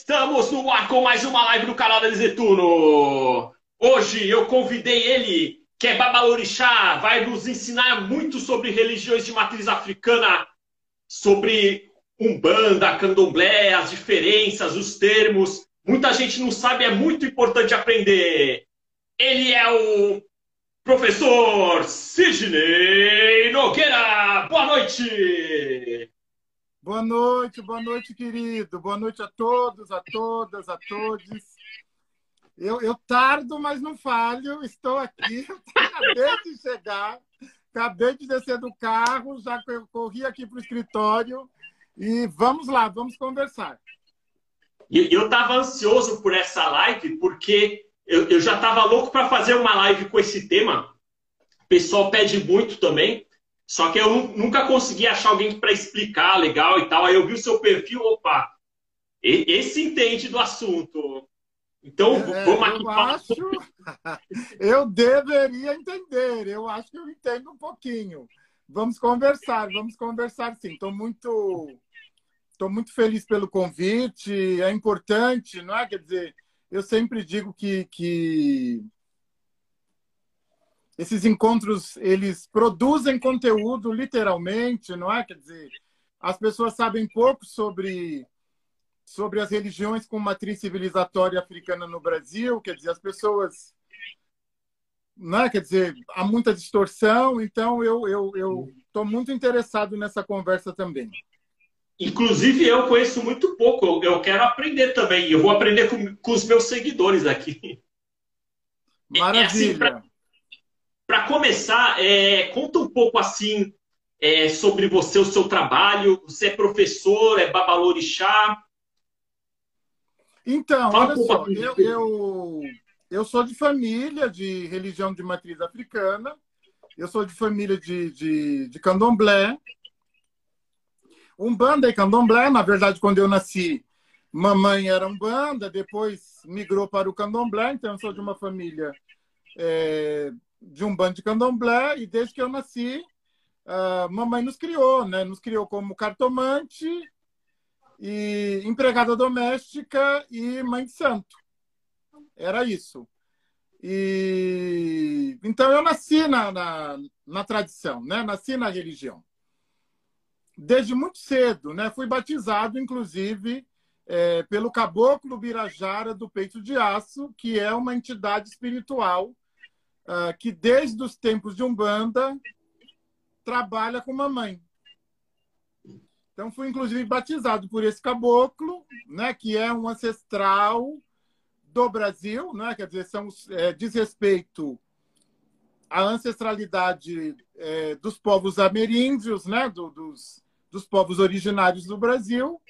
Estamos no ar com mais uma live do canal da Zetuno. Hoje eu convidei ele, que é Babalorixá, vai nos ensinar muito sobre religiões de matriz africana, sobre Umbanda, Candomblé, as diferenças, os termos. Muita gente não sabe, é muito importante aprender. Ele é o professor Sidney Nogueira. Boa noite! Boa noite, querido. Boa noite a todos, a todas, a todos. Eu tardo, mas não falho. Estou aqui, acabei de chegar, acabei de descer do carro, já corri aqui para o escritório e vamos lá, vamos conversar. E eu estava ansioso por essa live, porque eu já estava louco para fazer uma live com esse tema. O pessoal pede muito também, só que eu nunca consegui achar alguém para explicar legal e tal. Aí eu vi o seu perfil, opa, esse entende do assunto. Então, vamos aqui Eu falar. acho, eu deveria entender. Eu acho que eu entendo um pouquinho. Vamos conversar sim. Estou muito feliz pelo convite. É importante, não é? Quer dizer, eu sempre digo que esses encontros eles produzem conteúdo literalmente, não é? Quer dizer, as pessoas sabem pouco sobre as religiões com matriz civilizatória africana no Brasil, quer dizer, as pessoas, não é? Quer dizer, há muita distorção, então eu estou muito interessado nessa conversa também. Inclusive, eu conheço muito pouco, eu quero aprender também. Eu vou aprender com os meus seguidores aqui. É assim, Maravilha. para começar, conta um pouco assim sobre você, o seu trabalho. Você é professor, é babalorixá? Então, Fala um olha pouco só, assim de tudo. eu sou de família de religião de matriz africana, eu sou de família de candomblé. Umbanda e candomblé, na verdade, quando eu nasci, mamãe era umbanda, depois migrou para o candomblé, então eu sou de uma família de umbanda e candomblé, e desde que eu nasci, mamãe nos criou, né? Nos criou como cartomante, e empregada doméstica e mãe de santo. Era isso. E então eu nasci na tradição, né? Nasci na religião. Desde muito cedo, né? Fui batizado, inclusive, pelo Caboclo Birajara do Peito de Aço, que é uma entidade espiritual que, desde os tempos de Umbanda, trabalha com mamãe. Então, fui, inclusive, batizado por esse caboclo, né? Que é um ancestral do Brasil, né? Quer dizer, diz respeito à ancestralidade dos povos ameríndios, né? Dos povos originários do Brasil.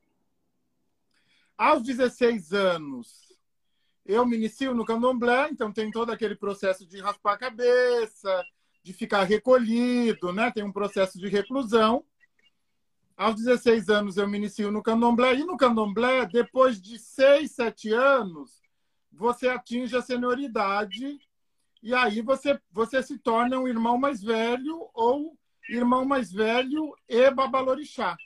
Aos 16 anos, eu me inicio no candomblé, então tem todo aquele processo de raspar a cabeça, de ficar recolhido, né? Tem um processo de reclusão. Aos 16 anos, eu me inicio no candomblé. E no candomblé, depois de 6, 7 anos, você atinge a senioridade e aí você se torna um irmão mais velho ou irmão mais velho e babalorixá.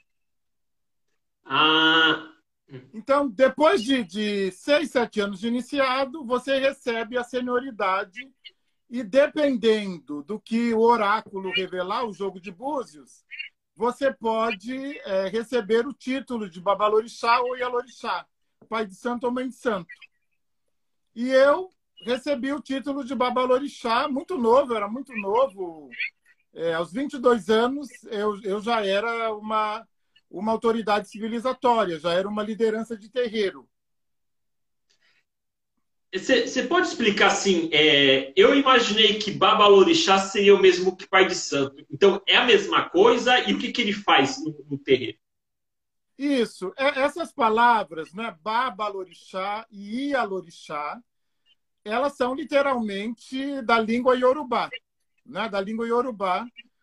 Ah, Então, depois de 6, 7 anos de iniciado, você recebe a senioridade e, dependendo do que o oráculo revelar, o jogo de búzios, você pode receber o título de babalorixá ou ialorixá, pai de santo ou mãe de santo. E eu recebi o título de babalorixá muito novo, era muito novo. Aos 22 anos, eu já era uma autoridade civilizatória, já era uma liderança de terreiro. você pode explicar assim? Eu imaginei que babalorixá seria o mesmo que pai de santo. Então, é a mesma coisa? E o que ele faz no terreiro? Isso, essas palavras, né, babalorixá e ialorixá, elas são literalmente da língua iorubá, né, da língua iorubá,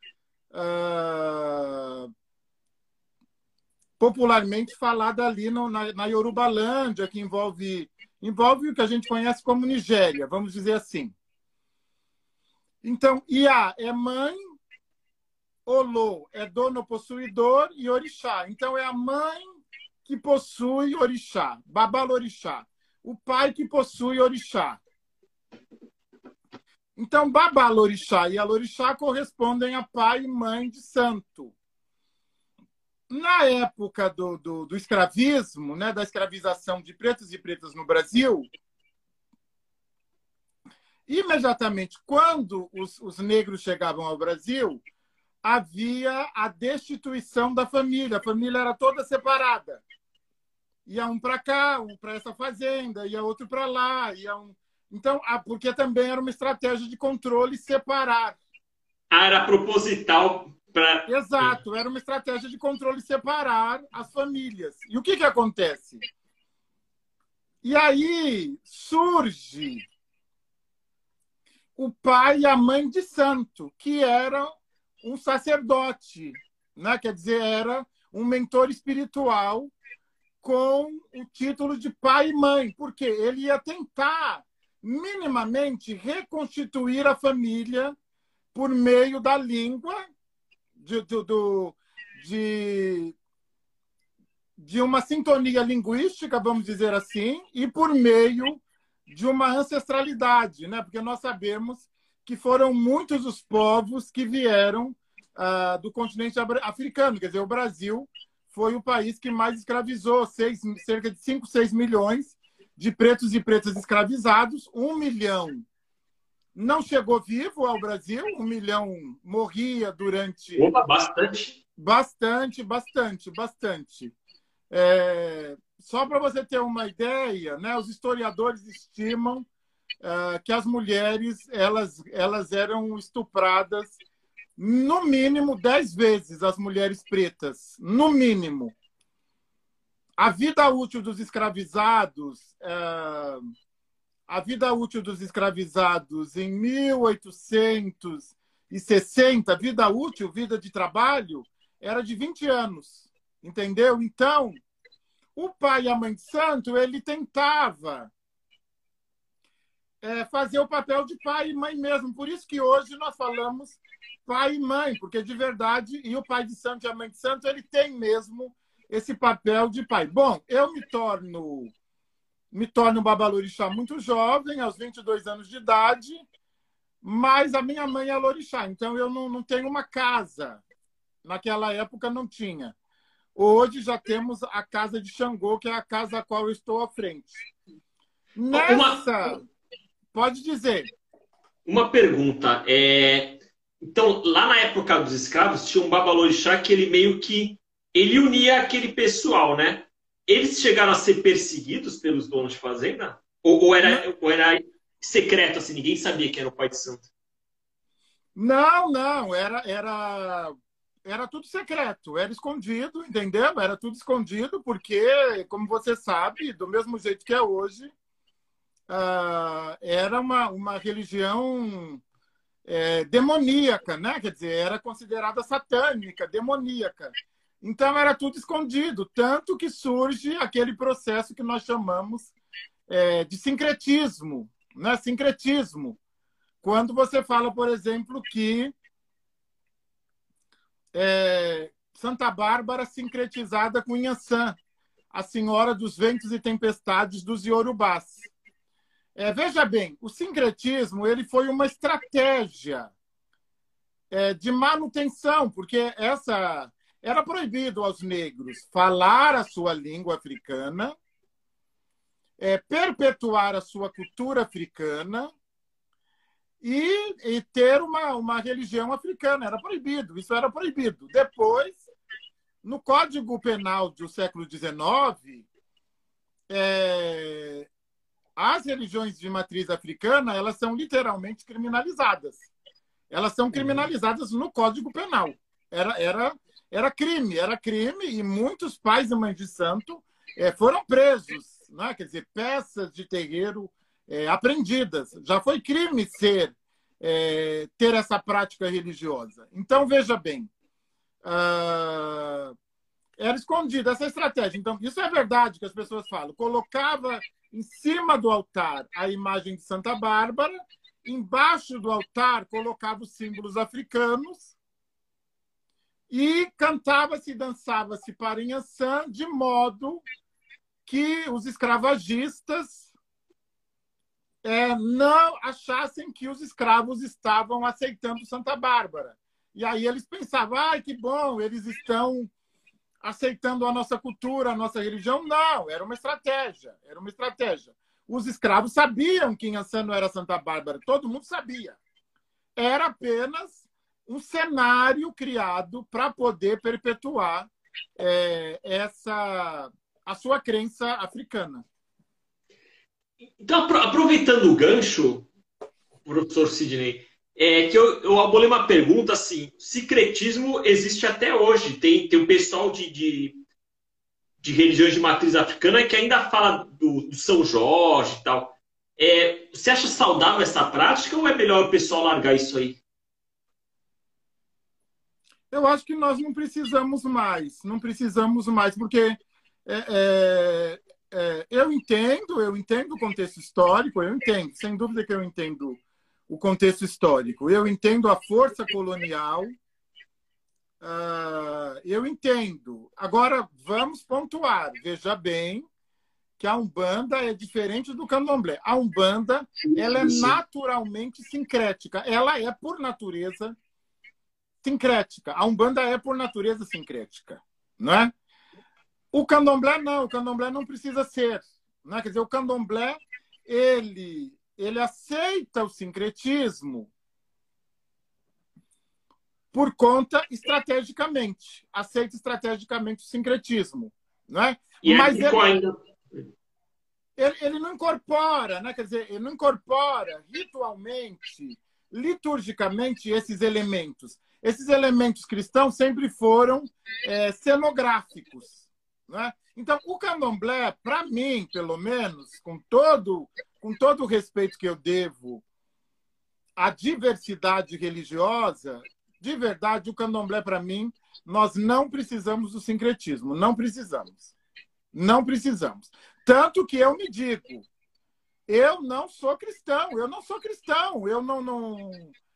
popularmente falada ali na Yorubalândia, que envolve o que a gente conhece como Nigéria, vamos dizer assim. Então, Iá é mãe, Olô é dono possuidor e Orixá. Então, é a mãe que possui orixá, babalorixá. O pai que possui orixá. Então, babalorixá e alorixá correspondem a pai e mãe de santo. Na época do escravismo, né, da escravização de pretos e pretas no Brasil, imediatamente, quando os negros chegavam ao Brasil, havia a destituição da família. A família era toda separada. Ia um para cá, um para essa fazenda, ia outro para lá. Então, porque também era uma estratégia de controle separar. Era proposital para... Exato, era uma estratégia de controle separar as famílias. E o que acontece? E aí surge o pai e a mãe de santo, que era um sacerdote, né? Quer dizer, era um mentor espiritual com o título de pai e mãe, porque ele ia tentar minimamente reconstituir a família por meio da língua, de uma sintonia linguística, vamos dizer assim, e por meio de uma ancestralidade, né? Porque nós sabemos que foram muitos os povos que vieram do continente africano. Quer dizer, o Brasil foi o país que mais escravizou, cerca de 5, 6 milhões de pretos e pretas escravizados. 1 milhão não chegou vivo ao Brasil, 1 milhão morria durante... Opa, bastante. Bastante. Só para você ter uma ideia, né, os historiadores estimam que as mulheres elas eram estupradas no mínimo 10 vezes, as mulheres pretas, no mínimo. A vida útil dos escravizados, em 1860, vida útil, vida de trabalho, era de 20 anos, entendeu? Então, o pai e a mãe de santo, ele tentava fazer o papel de pai e mãe mesmo. Por isso que hoje nós falamos pai e mãe, porque de verdade, e o pai de santo e a mãe de santo, ele tem mesmo esse papel de pai. Bom, eu me torno um babalorixá muito jovem, aos 22 anos de idade, mas a minha mãe é lorixá, então eu não tenho uma casa. Naquela época não tinha. Hoje já temos a casa de Xangô, que é a casa a qual eu estou à frente. Pode dizer. Uma pergunta. Então, lá na época dos escravos, tinha um babalorixá que ele meio que ele unia aquele pessoal, né? Eles chegaram a ser perseguidos pelos donos de fazenda? Ou era secreto, assim, ninguém sabia que era o pai de santo? Não. Era tudo secreto, era escondido, entendeu? Era tudo escondido, porque, como você sabe, do mesmo jeito que é hoje, era uma religião demoníaca, né? Quer dizer, era considerada satânica, demoníaca. Então, era tudo escondido, tanto que surge aquele processo que nós chamamos de sincretismo, né? Sincretismo. Quando você fala, por exemplo, que Santa Bárbara sincretizada com Inhaçã, a senhora dos ventos e tempestades dos Iorubás. Veja bem, o sincretismo ele foi uma estratégia de manutenção, porque era proibido aos negros falar a sua língua africana, perpetuar a sua cultura africana e ter uma religião africana. Era proibido, isso era proibido. Depois, no Código Penal do século XIX, as religiões de matriz africana elas são literalmente criminalizadas. Elas são criminalizadas no Código Penal. Era crime, e muitos pais e mães de santo foram presos, né? Quer dizer, peças de terreiro apreendidas. Já foi crime ter essa prática religiosa. Então, veja bem, era escondida essa estratégia. Então, isso é verdade que as pessoas falam. Colocava em cima do altar a imagem de Santa Bárbara, embaixo do altar colocava os símbolos africanos E cantava-se e dançava-se para Inhaçã, de modo que os escravagistas não achassem que os escravos estavam aceitando Santa Bárbara. E aí eles pensavam, ai, que bom, eles estão aceitando a nossa cultura, a nossa religião. Não, era uma estratégia, era uma estratégia. Os escravos sabiam que Inhaçã não era Santa Bárbara, todo mundo sabia. Era apenas um cenário criado para poder perpetuar a sua crença africana. Então, aproveitando o gancho, professor Sidney, que eu abolei uma pergunta assim: sincretismo existe até hoje. Tem um pessoal de religiões de matriz africana que ainda fala do São Jorge e tal. Você acha saudável essa prática ou é melhor o pessoal largar isso aí? Eu acho que nós não precisamos mais, porque eu entendo o contexto histórico, eu entendo, sem dúvida que eu entendo o contexto histórico, eu entendo a força colonial, eu entendo. Agora, vamos pontuar, veja bem que a Umbanda é diferente do Candomblé. A Umbanda, ela é naturalmente sincrética, ela é, por natureza, sincrética. A Umbanda é, por natureza, sincrética, não é? O Candomblé não, o Candomblé não precisa ser. Não é? Quer dizer, o Candomblé, ele aceita o sincretismo por conta estrategicamente. Aceita estrategicamente o sincretismo. Não é? Mas ele não incorpora, né? Quer dizer, ele não incorpora ritualmente, liturgicamente, esses elementos. Esses elementos cristãos sempre foram cenográficos. Né? Então, o Candomblé, para mim, pelo menos, com todo o respeito que eu devo à diversidade religiosa, de verdade, o Candomblé, para mim, nós não precisamos do sincretismo. Não precisamos. Não precisamos. Tanto que eu me digo, eu não sou cristão, eu não sou cristão, eu não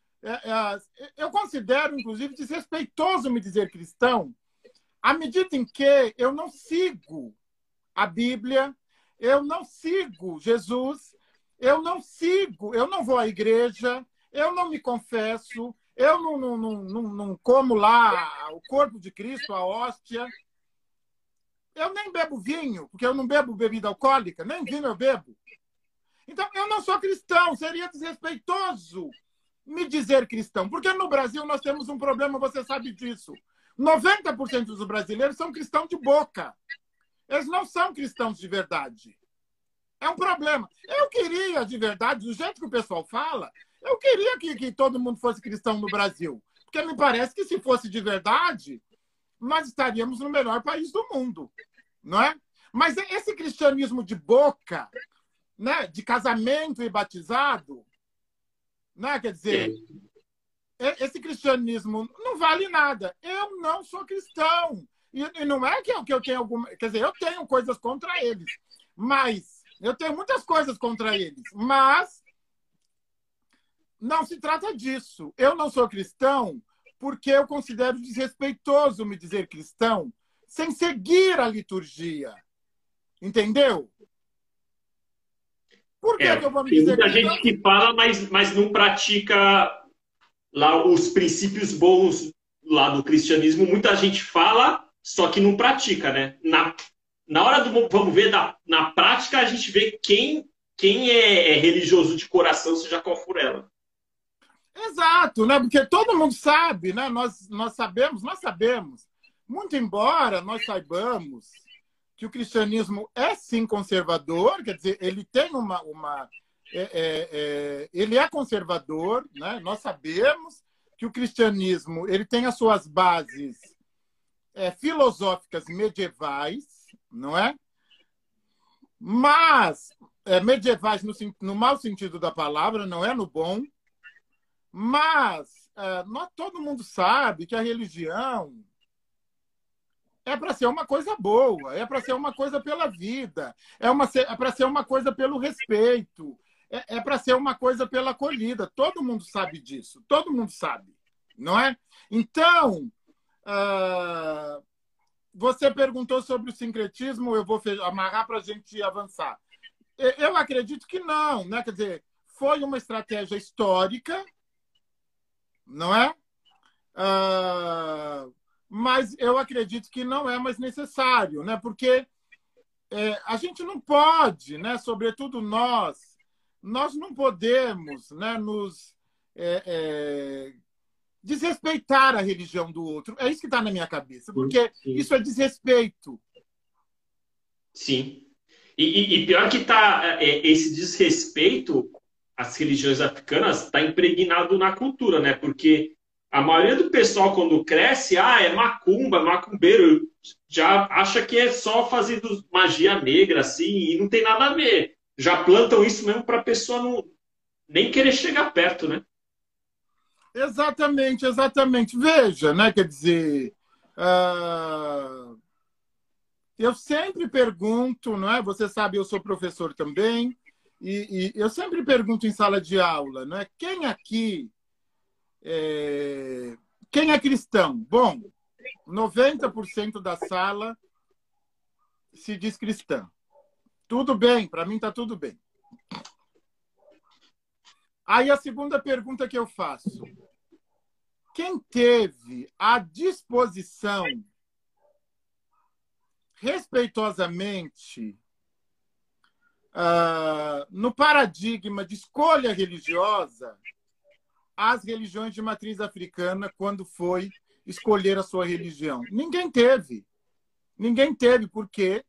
eu considero, inclusive, desrespeitoso me dizer cristão, à medida em que eu não sigo a Bíblia, eu não sigo Jesus, eu não vou à igreja, eu não me confesso, eu não como lá o corpo de Cristo, a hóstia. Eu nem bebo vinho, porque eu não bebo bebida alcoólica, nem vinho eu bebo. Então, eu não sou cristão, seria desrespeitoso me dizer cristão, porque no Brasil nós temos um problema, você sabe disso. 90% dos brasileiros são cristãos de boca. Eles não são cristãos de verdade. É um problema. Eu queria, de verdade, do jeito que o pessoal fala, eu queria que todo mundo fosse cristão no Brasil. Porque me parece que se fosse de verdade, nós estaríamos no melhor país do mundo. Não é? Mas esse cristianismo de boca, né, de casamento e batizado, né, quer dizer... Esse cristianismo não vale nada. Eu não sou cristão. E não é que eu tenho alguma... Quer dizer, eu tenho coisas contra eles. Mas eu tenho muitas coisas contra eles. Mas não se trata disso. Eu não sou cristão porque eu considero desrespeitoso me dizer cristão sem seguir a liturgia. Entendeu? Por que eu vou me dizer cristão? Tem muita gente que fala, mas não pratica... lá os princípios bons lá do cristianismo, muita gente fala, só que não pratica, né? Na hora do vamos ver, na prática, a gente vê quem é religioso de coração, seja qual for ela. Exato, né? Porque todo mundo sabe, né? Nós sabemos, muito embora nós saibamos que o cristianismo é sim conservador, quer dizer, ele tem ele é conservador, né? Nós sabemos que o cristianismo ele tem as suas bases filosóficas medievais, não é? Mas medievais no mau sentido da palavra, não é no bom. Mas todo mundo sabe que a religião é para ser uma coisa boa, é para ser uma coisa pela vida, é para ser uma coisa pelo respeito. É para ser uma coisa pela acolhida. Todo mundo sabe disso. Todo mundo sabe. Não é? Então, Você perguntou sobre o sincretismo, eu vou amarrar para a gente avançar. Eu acredito que não, né? Quer dizer, foi uma estratégia histórica, não é? Mas eu acredito que não é mais necessário, né? Porque a gente não pode, né? Sobretudo nós não podemos, né? Nos desrespeitar a religião do outro. É isso que está na minha cabeça, porque Sim. isso é desrespeito. Sim. E pior que tá, esse desrespeito às religiões africanas está impregnado na cultura, né? Porque a maioria do pessoal, quando cresce, é macumba, macumbeiro, já acha que é só fazendo magia negra, assim, e não tem nada a ver. Já plantam isso mesmo para a pessoa não nem querer chegar perto, né? Exatamente, exatamente. Veja, né? Quer dizer, eu sempre pergunto, não é? Você sabe, eu sou professor também, e eu sempre pergunto em sala de aula, não é? Quem aqui quem é cristão? Bom, 90% da sala se diz cristã. Tudo bem, para mim está tudo bem. Aí a segunda pergunta que eu faço: quem teve a disposição, respeitosamente, no paradigma de escolha religiosa, as religiões de matriz africana quando foi escolher a sua religião? Ninguém teve. Ninguém teve, porque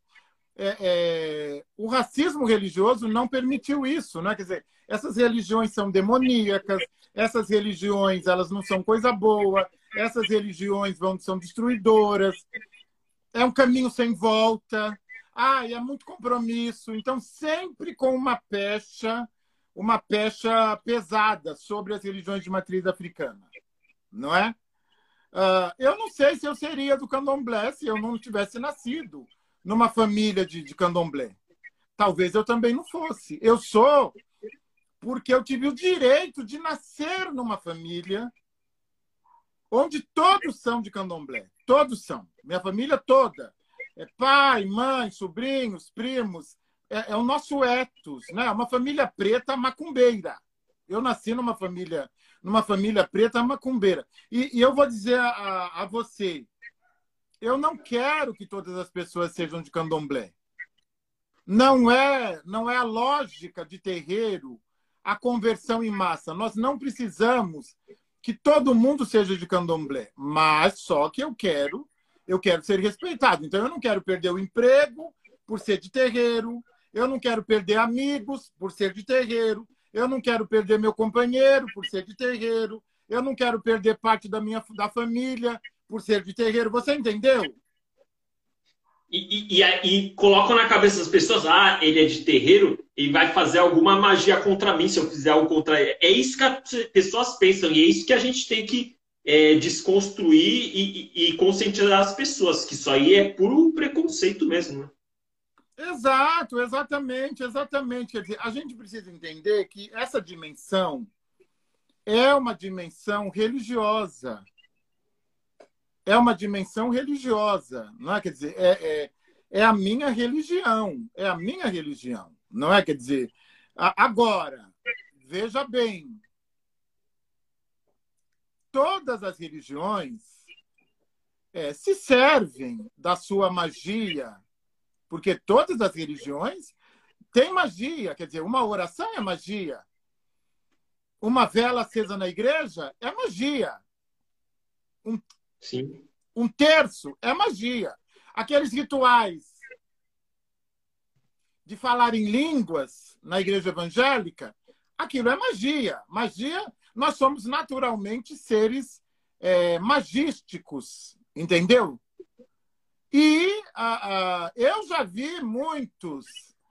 o racismo religioso não permitiu isso, né? Quer dizer, essas religiões são demoníacas, essas religiões elas não são coisa boa, essas religiões são destruidoras, é um caminho sem volta, é muito compromisso, então sempre com uma pecha pesada sobre as religiões de matriz africana, não é? Eu não sei se eu seria do candomblé se eu não tivesse nascido numa família de candomblé. Talvez eu também não fosse. Eu sou porque eu tive o direito de nascer numa família onde todos são de candomblé. Todos são. Minha família toda. Pai, mãe, sobrinhos, primos. É o nosso ethos, né? Uma família preta macumbeira. Eu nasci numa família preta macumbeira. E eu vou dizer a você, eu não quero que todas as pessoas sejam de candomblé. Não é a lógica de terreiro a conversão em massa. Nós não precisamos que todo mundo seja de candomblé, mas só que eu quero ser respeitado. Então eu não quero perder o emprego por ser de terreiro, eu não quero perder amigos por ser de terreiro, eu não quero perder meu companheiro por ser de terreiro, eu não quero perder parte da família por ser de terreiro. Você entendeu? E colocam na cabeça das pessoas, ele é de terreiro e vai fazer alguma magia contra mim se eu fizer algo contra ele. É isso que as pessoas pensam e é isso que a gente tem que desconstruir e conscientizar as pessoas, que isso aí é puro preconceito mesmo, né? Exato, exatamente, exatamente. Quer dizer, a gente precisa entender que essa dimensão é uma dimensão religiosa. É uma dimensão religiosa, não é? Quer dizer, é a minha religião, é a minha religião, não é? Quer dizer, agora, veja bem, todas as religiões se servem da sua magia, porque todas as religiões têm magia, quer dizer, uma oração é magia, uma vela acesa na igreja é magia. Sim. Um terço é magia. Aqueles rituais de falar em línguas na igreja evangélica, aquilo é magia. Magia, nós somos naturalmente seres magísticos, entendeu? E eu já vi muitos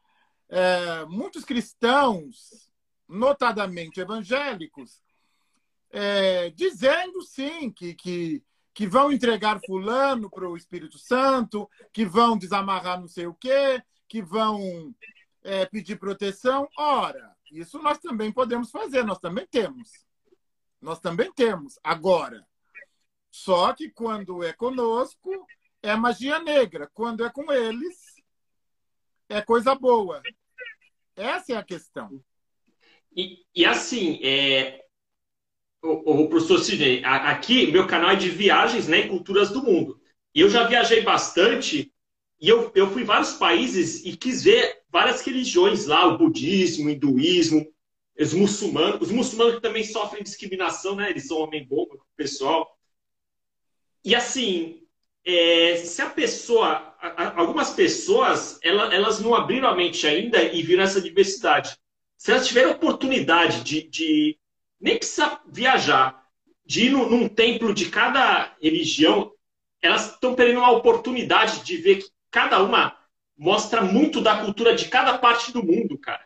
cristãos, notadamente evangélicos, dizendo sim que vão entregar fulano para o Espírito Santo, que vão desamarrar não sei o quê, que vão pedir proteção. Ora, isso nós também podemos fazer, nós também temos. Agora, Só que quando é conosco, é magia negra. Quando é com eles, é coisa boa. Essa é a questão. E assim, o professor Sidney, aqui meu canal é de viagens, né, e culturas do mundo. E eu já viajei bastante e eu fui em vários países e quis ver várias religiões lá, o budismo, o hinduísmo, os muçulmanos que também sofrem discriminação, né? Eles são homem-bomba, pessoal. E assim, se a pessoa, algumas pessoas, elas não abriram a mente ainda e viram essa diversidade. Se elas tiverem oportunidade nem precisa viajar, de ir num templo de cada religião, elas estão perdendo uma oportunidade de ver que cada uma mostra muito da cultura de cada parte do mundo, cara.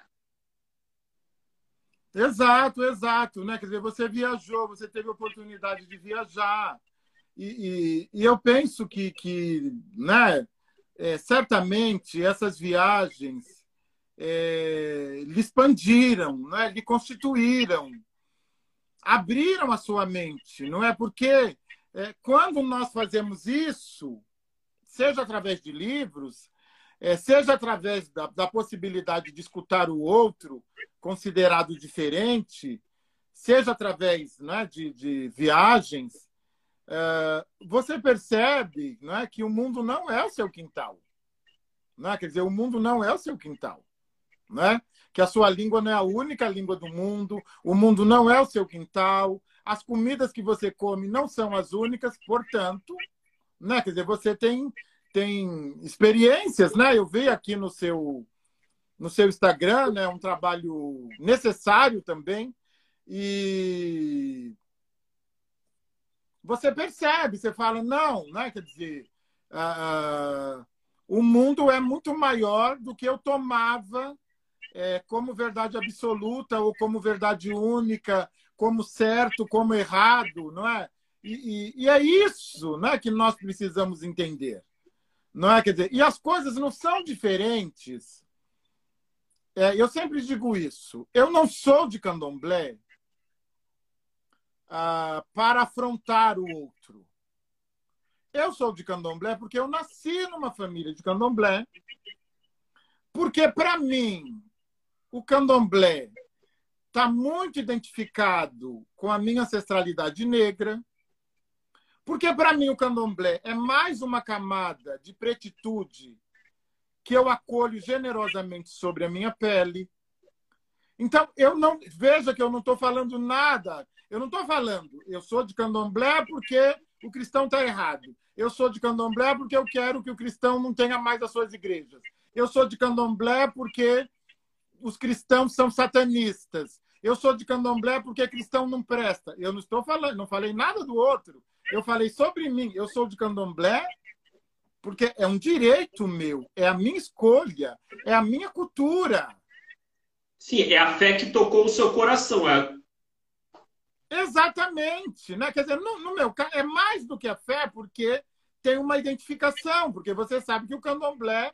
Exato, exato. Né? Quer dizer, você viajou, você teve a oportunidade de viajar. E eu penso que né, certamente essas viagens lhe expandiram, né, lhe constituíram, abriram a sua mente, não é? Porque quando nós fazemos isso, seja através de livros, seja através da possibilidade de escutar o outro considerado diferente, seja através, né, de viagens, você percebe, né, que o mundo não é o seu quintal. Né? Quer dizer, o mundo não é o seu quintal. Né? Que a sua língua não é a única língua do mundo, o mundo não é o seu quintal, as comidas que você come não são as únicas, portanto, né? Quer dizer, você tem experiências, né? Eu vi aqui no seu Instagram, né? Um trabalho necessário também, e você percebe, você fala, não, né? Quer dizer, o mundo é muito maior do que eu tomava como verdade absoluta ou como verdade única, como certo, como errado, não é? E é isso, né, que nós precisamos entender, não é? Quer dizer, e as coisas não são diferentes. Eu sempre digo isso. Eu não sou de candomblé para afrontar o outro. Eu sou de candomblé porque eu nasci numa família de candomblé, porque, para mim, o candomblé está muito identificado com a minha ancestralidade negra, porque, para mim, o candomblé é mais uma camada de pretitude que eu acolho generosamente sobre a minha pele. Então, veja que eu não estou falando nada. Eu não estou falando, eu sou de candomblé porque o cristão está errado. Eu sou de candomblé porque eu quero que o cristão não tenha mais as suas igrejas. Eu sou de candomblé porque os cristãos são satanistas. Eu sou de candomblé porque cristão não presta. Eu não estou falando, não falei nada do outro. Eu falei sobre mim. Eu sou de candomblé porque é um direito meu, é a minha escolha, é a minha cultura. Sim, é a fé que tocou o seu coração. Exatamente. Né? Quer dizer, no meu caso, é mais do que a fé, porque tem uma identificação, porque você sabe que o candomblé,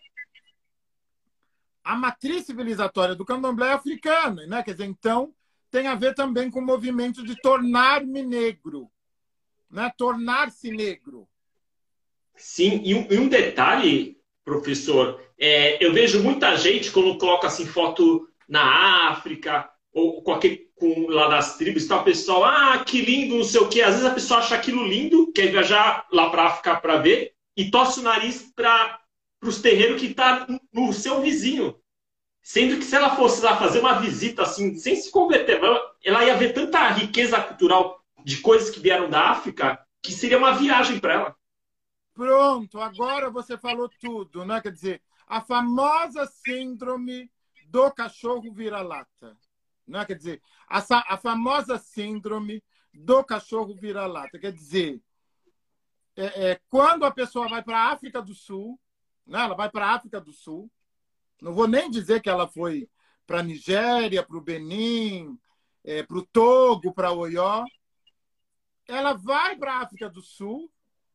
a matriz civilizatória do candomblé é africana, né? Quer dizer, então tem a ver também com o movimento de tornar-me negro, né? Tornar-se negro. Sim, e um detalhe, professor, eu vejo muita gente quando coloca assim foto na África ou com lá das tribos, tá o pessoal, que lindo, não sei o quê. Às vezes a pessoa acha aquilo lindo, quer viajar lá para a África para ver e torce o nariz para os terreiros que tá no seu vizinho. Sendo que se ela fosse lá fazer uma visita assim, sem se converter, ela ia ver tanta riqueza cultural de coisas que vieram da África que seria uma viagem para ela. Pronto, agora você falou tudo, né? Quer dizer, a famosa síndrome do cachorro vira-lata. Né? Quer dizer, a famosa síndrome do cachorro vira-lata. Quer dizer, quando a pessoa vai para a África do Sul, né? Ela vai para a África do Sul, não vou nem dizer que ela foi para a Nigéria, para o Benin, para o Togo, para Oió. Ela vai para a África do Sul.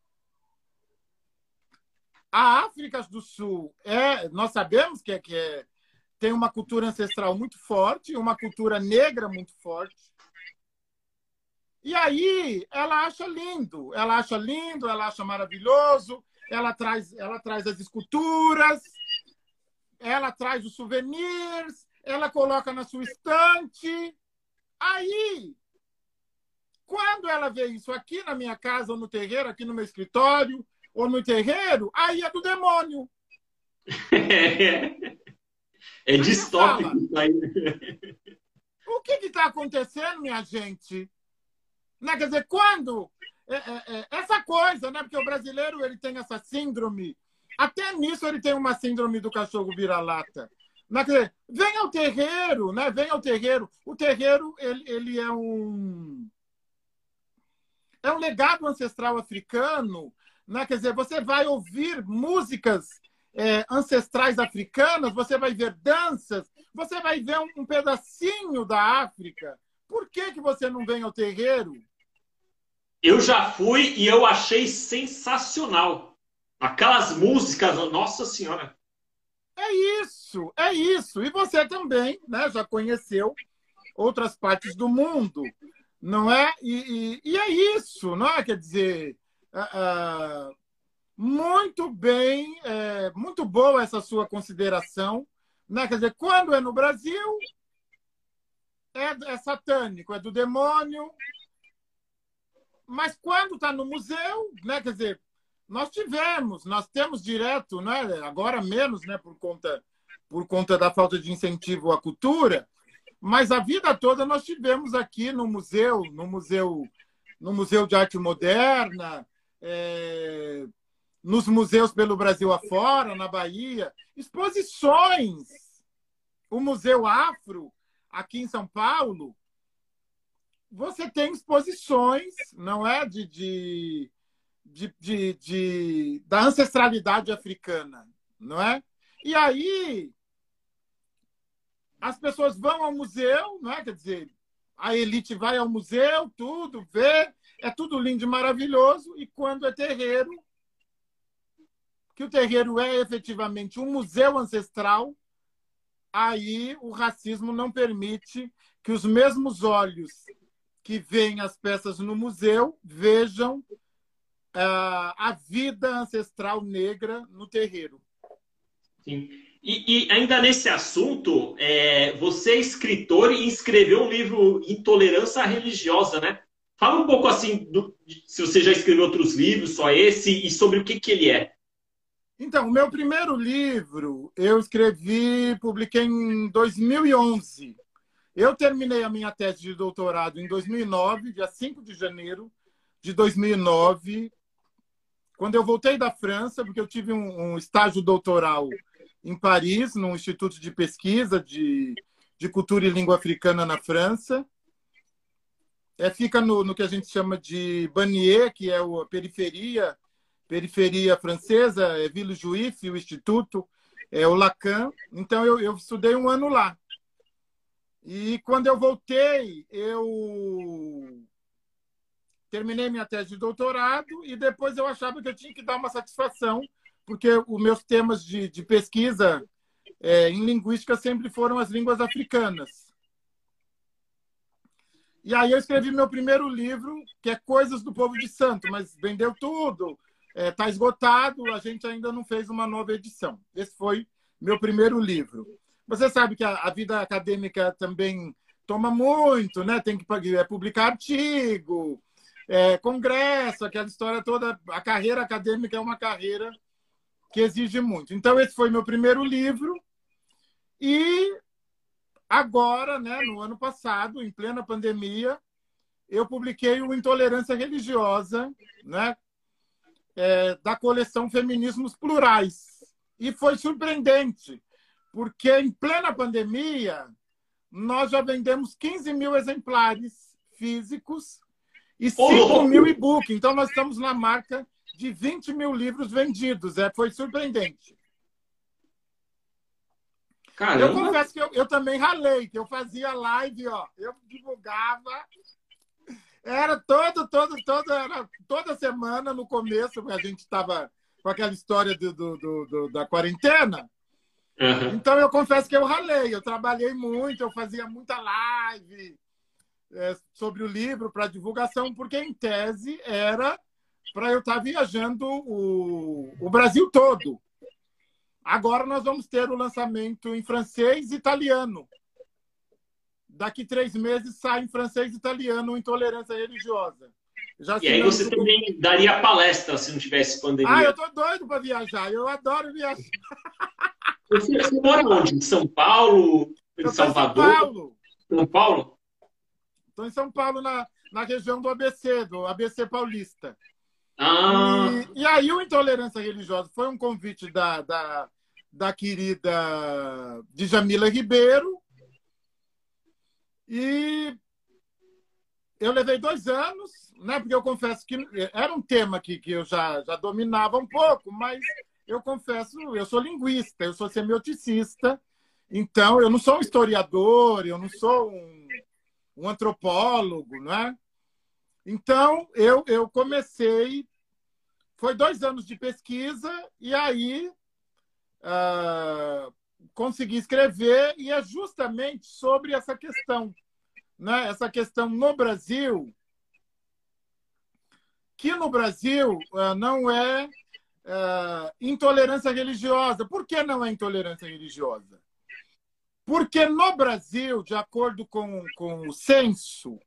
A África do Sul nós sabemos que tem uma cultura ancestral muito forte, uma cultura negra muito forte. E aí ela acha lindo, ela acha maravilhoso, ela traz as esculturas, ela traz os souvenirs, ela coloca na sua estante. Aí, quando ela vê isso aqui na minha casa, ou no terreiro, aqui no meu escritório, ou no terreiro, aí é do demônio. É Aí você fala, distópico isso aí. o que está acontecendo, minha gente? Né? Quer dizer, quando... essa coisa, né? Porque o brasileiro ele tem essa síndrome, até nisso ele tem uma síndrome do cachorro vira-lata. Né? Quer dizer, vem ao terreiro, né? Vem ao terreiro. O terreiro ele é um legado ancestral africano, né? Quer dizer, você vai ouvir músicas ancestrais africanas, você vai ver danças, você vai ver um pedacinho da África. Por que você não vem ao terreiro? Eu já fui e eu achei sensacional. Aquelas músicas, nossa senhora. É isso, é isso. E você também, né, já conheceu outras partes do mundo, não é? E é isso, não é? Quer dizer, muito bem, muito boa essa sua consideração, né? Quer dizer, quando é no Brasil, é satânico, é do demônio, mas quando está no museu, né? Quer dizer, nós temos direto, né? Agora menos, né? Por conta da falta de incentivo à cultura, mas a vida toda nós tivemos aqui no Museu de Arte Moderna, nos museus pelo Brasil afora, na Bahia, exposições. O Museu Afro, aqui em São Paulo, você tem exposições, não é? Da ancestralidade africana, não é? E aí as pessoas vão ao museu, não é? Quer dizer, a elite vai ao museu, tudo, vê, é tudo lindo e maravilhoso, e quando é terreiro, que o terreiro é efetivamente um museu ancestral, aí o racismo não permite que os mesmos olhos que veem as peças no museu vejam a vida ancestral negra no terreiro. Sim. E ainda nesse assunto, você é escritor e escreveu um livro Intolerância Religiosa, né? Fala um pouco assim, se você já escreveu outros livros, só esse, e sobre o que ele é. Então, o meu primeiro livro eu publiquei em 2011. Eu terminei a minha tese de doutorado em 2009, dia 5 de janeiro de 2009, quando eu voltei da França, porque eu tive um estágio doutoral em Paris, num instituto de pesquisa de cultura e língua africana na França. Fica no que a gente chama de Bannier, que é a periferia francesa, é Villejuif, o instituto, é o Lacan. Então, eu estudei um ano lá. E quando eu voltei, eu terminei minha tese de doutorado e depois eu achava que eu tinha que dar uma satisfação, porque os meus temas de pesquisa em linguística sempre foram as línguas africanas. E aí eu escrevi meu primeiro livro, que é Coisas do Povo de Santo, mas vendeu tudo, está esgotado, a gente ainda não fez uma nova edição. Esse foi meu primeiro livro. Você sabe que a vida acadêmica também toma muito, né? Tem que publicar artigo, congresso, aquela história toda. A carreira acadêmica é uma carreira que exige muito. Então, esse foi meu primeiro livro. E agora, né, no ano passado, em plena pandemia, eu publiquei o Intolerância Religiosa, né, da coleção Feminismos Plurais. E foi surpreendente, porque em plena pandemia nós já vendemos 15 mil exemplares físicos e 5 mil e-book. Então nós estamos na marca de 20 mil livros vendidos. Foi surpreendente. Caramba. Eu confesso que eu também ralei, que eu fazia live, ó, eu divulgava. Era toda semana no começo, porque a gente estava com aquela história da quarentena. Uhum. Então, eu confesso que eu ralei. Eu trabalhei muito, eu fazia muita live. sobre o livro para divulgação, porque, em tese, era para eu estar viajando o Brasil todo. Agora nós vamos ter o lançamento em francês e italiano. Daqui 3 meses sai em francês e italiano Intolerância Religiosa. Já E aí você também daria palestra se não tivesse pandemia. Eu tô doido para viajar. Eu adoro viajar. Você mora onde? Em São Paulo? Em Salvador? São Paulo. São Paulo? Estou em São Paulo, na região do ABC Paulista. Ah. E aí o Intolerância Religiosa foi um convite da querida Djamila Ribeiro. E eu levei 2 anos, né? Porque eu confesso que era um tema que eu já dominava um pouco, mas eu confesso, eu sou linguista, eu sou semioticista, então eu não sou um historiador, eu não sou um antropólogo, né? Então eu comecei, foi 2 anos de pesquisa e aí consegui escrever, e é justamente sobre essa questão, né? Essa questão no Brasil, que no Brasil não é intolerância religiosa. Por que não é intolerância religiosa? Porque no Brasil, de acordo com o censo,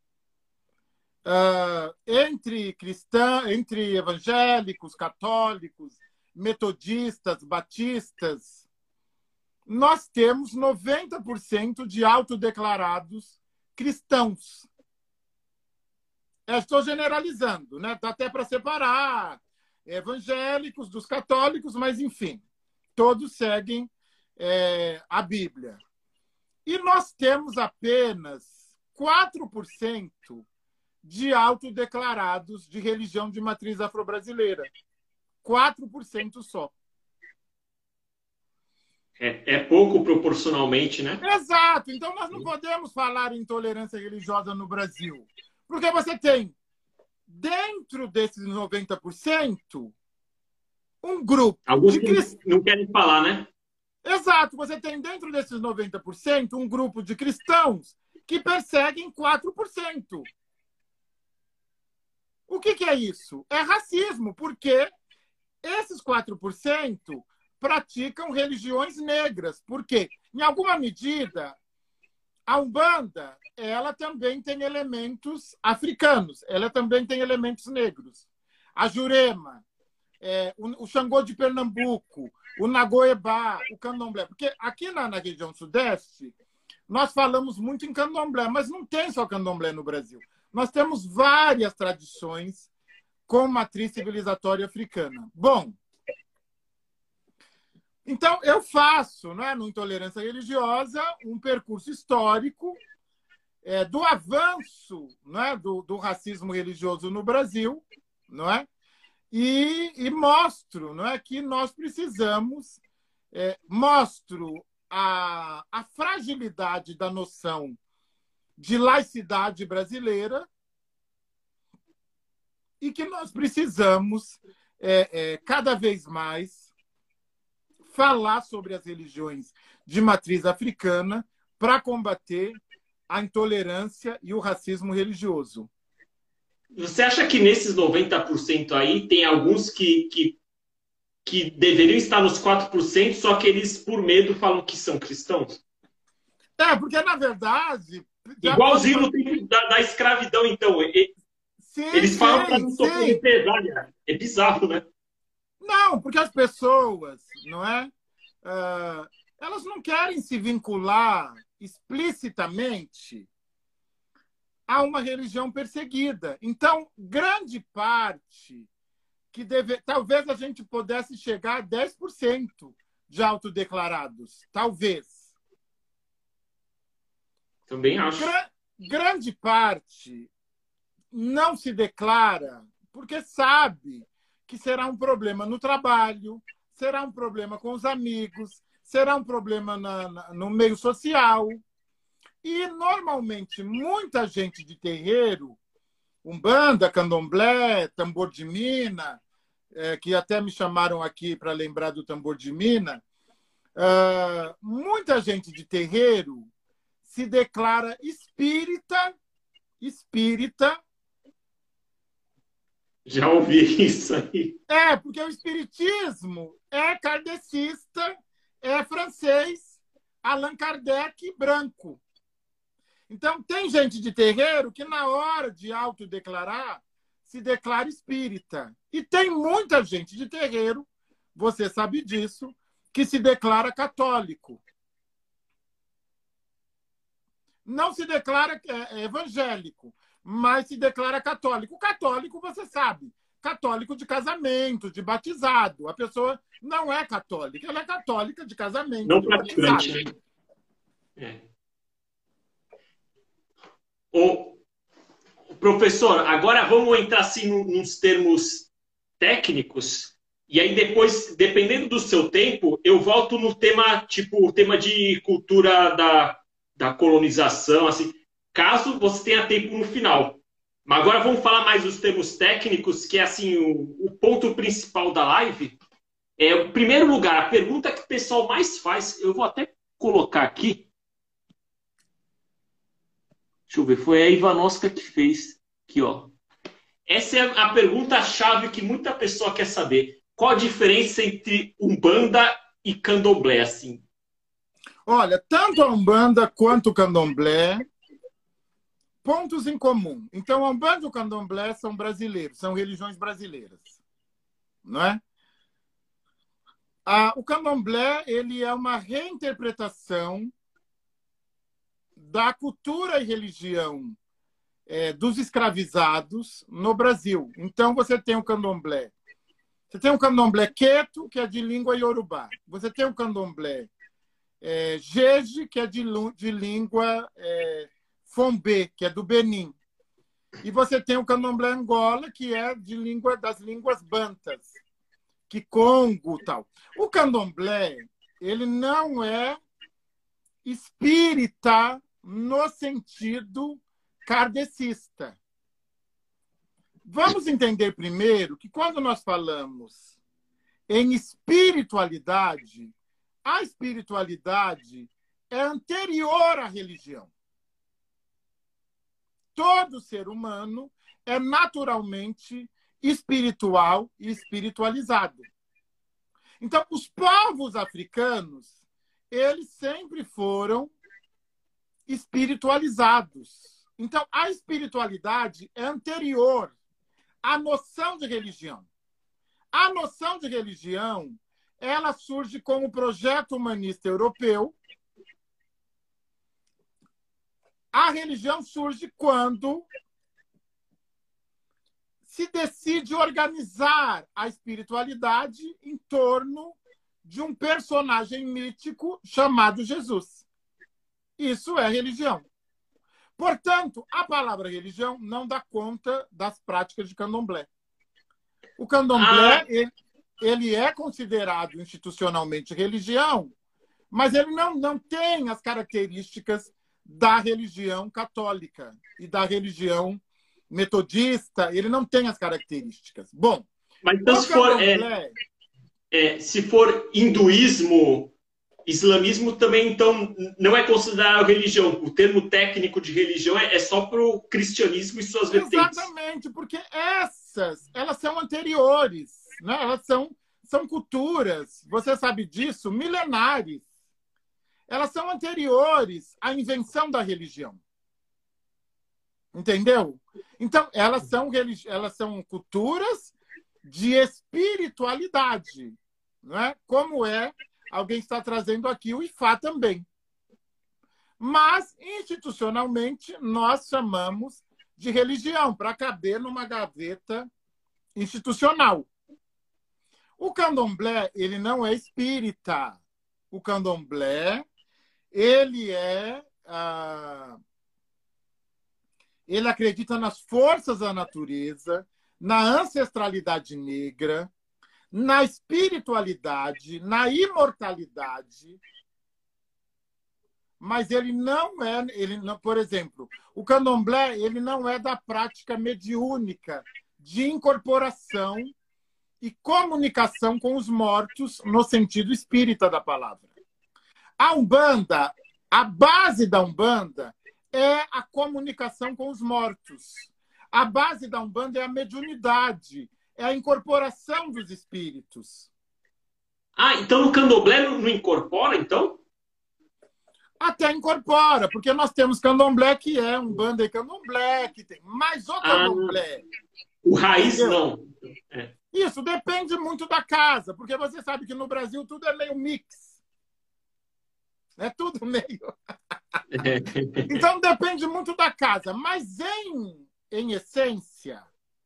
entre evangélicos, católicos, metodistas, batistas, nós temos 90% de autodeclarados cristãos. Estou generalizando, né? Dá até para separar evangélicos dos católicos, mas, enfim, todos seguem a Bíblia. E nós temos apenas 4% de autodeclarados de religião de matriz afro-brasileira. 4% só. É pouco proporcionalmente, né? Exato. Então, nós não podemos falar em intolerância religiosa no Brasil. Porque você tem, dentro desses 90%, um grupo alguns de cristãos. Não querem falar, né? Exato. Você tem, dentro desses 90%, um grupo de cristãos que perseguem 4%. O que é isso? É racismo, porque esses 4% praticam religiões negras. Por quê? Em alguma medida, a Umbanda, ela também tem elementos africanos, ela também tem elementos negros. A Jurema, o Xangô de Pernambuco, o Nagoebá, o Candomblé. Porque aqui na região sudeste, nós falamos muito em Candomblé, mas não tem só Candomblé no Brasil. Nós temos várias tradições com matriz civilizatória africana. Bom, então eu faço, né, no Intolerância Religiosa, um percurso histórico do avanço, né, do racismo religioso no Brasil, não é? E mostro, não é, que nós precisamos, mostro a fragilidade da noção de laicidade brasileira e que nós precisamos, cada vez mais, falar sobre as religiões de matriz africana para combater a intolerância e o racismo religioso. Você acha que nesses 90% aí tem alguns que deveriam estar nos 4%, só que eles, por medo, falam que são cristãos? Porque, na verdade... Igualzinho no tempo da escravidão, então. Eles falam para não sofrer represália. É bizarro, né? Não, porque as pessoas, não é? Elas não querem se vincular explicitamente a uma religião perseguida. Então, grande parte talvez a gente pudesse chegar a 10% de autodeclarados. Talvez. Também acho. Grande parte não se declara porque sabe que será um problema no trabalho, será um problema com os amigos, será um problema no meio social. E, normalmente, muita gente de terreiro, Umbanda, Candomblé, Tambor de Mina, que até me chamaram aqui para lembrar do Tambor de Mina, muita gente de terreiro se declara espírita espírita. Já ouvi isso aí. Porque o espiritismo é kardecista, é francês, Allan Kardec branco. Então, tem gente de terreiro que, na hora de autodeclarar, se declara espírita. E tem muita gente de terreiro, você sabe disso, que se declara católico. Não se declara evangélico, mas se declara católico. O católico, você sabe, católico de casamento, de batizado. A pessoa não é católica, ela é católica de casamento, Não de praticante, batizado. né? Ô, professor, agora vamos entrar assim nos termos técnicos, e aí depois, dependendo do seu tempo, eu volto no tema, tipo, o tema de cultura da colonização, assim, caso você tenha tempo no final. Mas agora vamos falar mais dos termos técnicos, que é assim, o ponto principal da live. Em primeiro lugar, a pergunta que o pessoal mais faz, eu vou até colocar aqui. Deixa eu ver, foi a Ivanoska que fez. Aqui, ó. Essa é a pergunta-chave que muita pessoa quer saber. Qual a diferença entre Umbanda e Candomblé, assim? Olha, tanto a Umbanda quanto o Candomblé, pontos em comum. Então, a Umbanda e o Candomblé são brasileiros, são religiões brasileiras, não é? O Candomblé, ele é uma reinterpretação da cultura e religião dos escravizados no Brasil. Então, você tem o Candomblé. Você tem o Candomblé Queto, que é de língua iorubá. Você tem o Candomblé Jeje, que é de língua Fombê, que é do Benin. E você tem o Candomblé Angola, que é das línguas bantas, Kikongo e tal. O Candomblé, ele não é espírita no sentido kardecista. Vamos entender primeiro que quando nós falamos em espiritualidade, a espiritualidade é anterior à religião. Todo ser humano é naturalmente espiritual e espiritualizado. Então, os povos africanos, eles sempre foram espiritualizados. Então, a espiritualidade é anterior à noção de religião. A noção de religião, ela surge com o projeto humanista europeu. A religião surge quando se decide organizar a espiritualidade em torno de um personagem mítico chamado Jesus. Isso é religião. Portanto, a palavra religião não dá conta das práticas de candomblé. O candomblé, ele é considerado institucionalmente religião, mas ele não tem as características da religião católica e da religião metodista. Ele não tem as características. Bom, mas então, se for hinduísmo, islamismo também, então, não é considerado religião. O termo técnico de religião é só para o cristianismo e suas vertentes. Exatamente, porque elas são anteriores, né? Elas são culturas, você sabe disso, milenares. Elas são anteriores à invenção da religião. Entendeu? Então, elas são culturas de espiritualidade, não é? Como alguém está trazendo aqui, o Ifá também. Mas, institucionalmente, nós chamamos de religião, para caber numa gaveta institucional. O candomblé, ele não é espírita. O candomblé, ele ele acredita nas forças da natureza, na ancestralidade negra, na espiritualidade, na imortalidade, mas ele não, por exemplo, o candomblé, ele não é da prática mediúnica de incorporação e comunicação com os mortos no sentido espírita da palavra. A Umbanda, a base da Umbanda é a comunicação com os mortos. A base da Umbanda é a mediunidade, é a incorporação dos espíritos. Ah, então no candomblé não incorpora, então? Até incorpora, porque nós temos candomblé que é Umbanda e candomblé, que tem. Mas o candomblé... O raiz entendeu? não. É. Isso depende muito da casa, porque você sabe que no Brasil tudo é meio mix. É tudo meio... Então depende muito da casa. Mas em essência,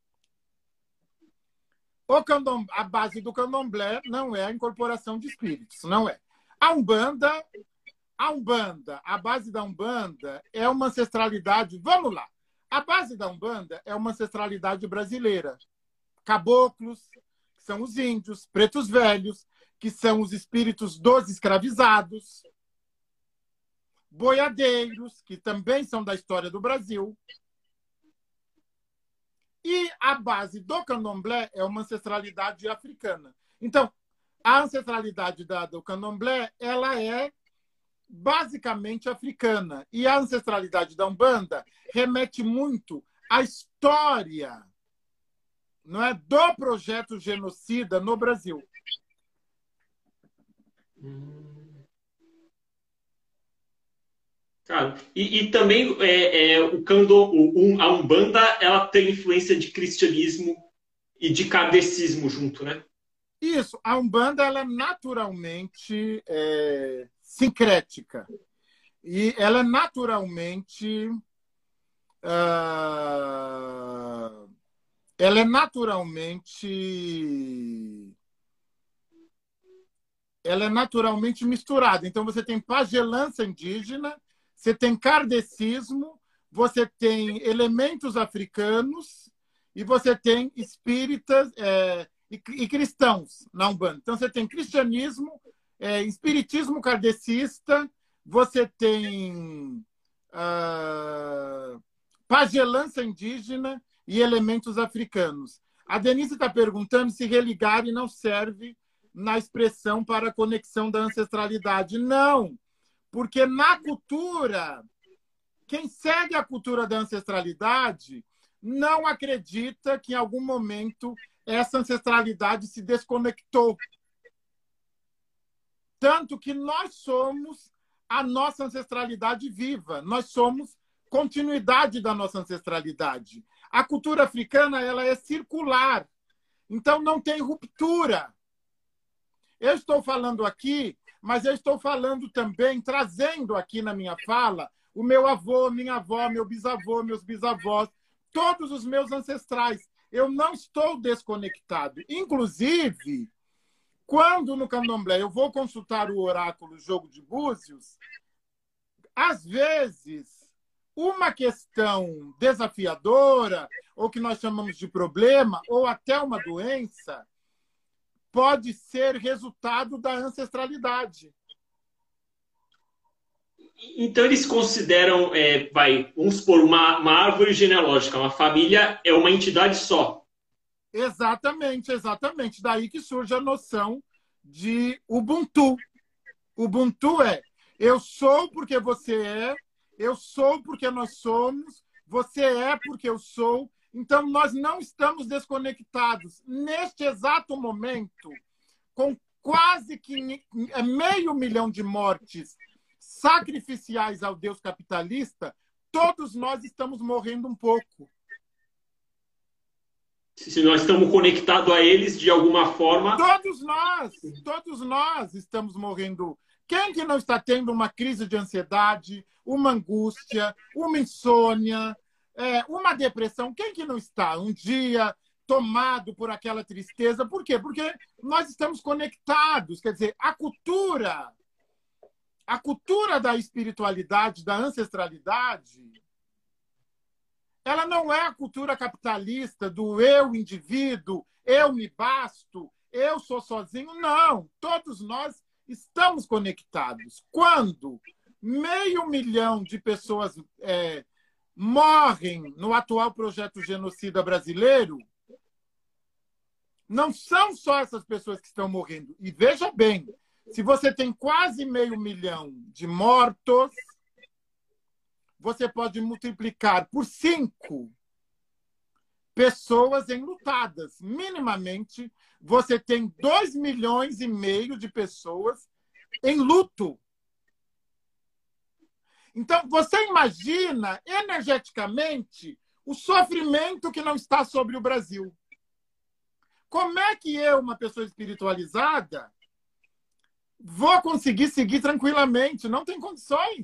a base do candomblé não é a incorporação de espíritos, não é. A Umbanda, a base da Umbanda é uma ancestralidade... Vamos lá. A base da Umbanda é uma ancestralidade brasileira. Caboclos, que são os índios, pretos velhos, que são os espíritos dos escravizados, boiadeiros, que também são da história do Brasil. E a base do candomblé é uma ancestralidade africana. Então, a ancestralidade do candomblé, ela é basicamente africana. E a ancestralidade da Umbanda remete muito à história, não é, do projeto genocida no Brasil. Cara, e também a Umbanda ela tem influência de cristianismo e de kardecismo junto, né? Isso, a Umbanda ela é naturalmente sincrética. E ela é naturalmente... ela é naturalmente misturada. Então, você tem pagelança indígena, você tem kardecismo, você tem elementos africanos e você tem espíritas e cristãos na Umbanda. Então, você tem cristianismo, espiritismo kardecista, você tem pagelança indígena e elementos africanos. A Denise está perguntando se religare não serve na expressão para a conexão da ancestralidade. Não, porque na cultura, quem segue a cultura da ancestralidade não acredita que em algum momento essa ancestralidade se desconectou. Tanto que nós somos a nossa ancestralidade viva, nós somos continuidade da nossa ancestralidade. A cultura africana ela é circular, então não tem ruptura. Eu estou falando aqui, mas eu estou falando também, trazendo aqui na minha fala, o meu avô, minha avó, meu bisavô, meus bisavós, todos os meus ancestrais. Eu não estou desconectado. Inclusive, quando no candomblé eu vou consultar o oráculo Jogo de Búzios, às vezes, uma questão desafiadora, ou que nós chamamos de problema, ou até uma doença, pode ser resultado da ancestralidade. Então, eles consideram, vamos supor, uma árvore genealógica, uma família é uma entidade só. Exatamente, exatamente. Daí que surge a noção de Ubuntu. Ubuntu é eu sou porque você é, eu sou porque nós somos, você é porque eu sou. Então, nós não estamos desconectados. Neste exato momento, com quase que 500 mil de mortes sacrificiais ao Deus capitalista, todos nós estamos morrendo um pouco. Se nós estamos conectados a eles de alguma forma... Todos nós estamos morrendo. Quem que não está tendo uma crise de ansiedade, uma angústia, uma insônia, uma depressão? Quem que não está um dia tomado por aquela tristeza? Por quê? Porque nós estamos conectados. Quer dizer, a cultura da espiritualidade, da ancestralidade, ela não é a cultura capitalista do eu, indivíduo, eu me basto, eu sou sozinho. Não, todos nós estamos conectados. Quando 500 mil de pessoas morrem no atual projeto genocida brasileiro, não são só essas pessoas que estão morrendo. E veja bem, se você tem quase 500 mil de mortos, você pode multiplicar por 5 pessoas enlutadas. Minimamente, você tem 2,5 milhões de pessoas em luto. Então, você imagina energeticamente o sofrimento que não está sobre o Brasil. Como é que eu, uma pessoa espiritualizada, vou conseguir seguir tranquilamente? Não tem condições.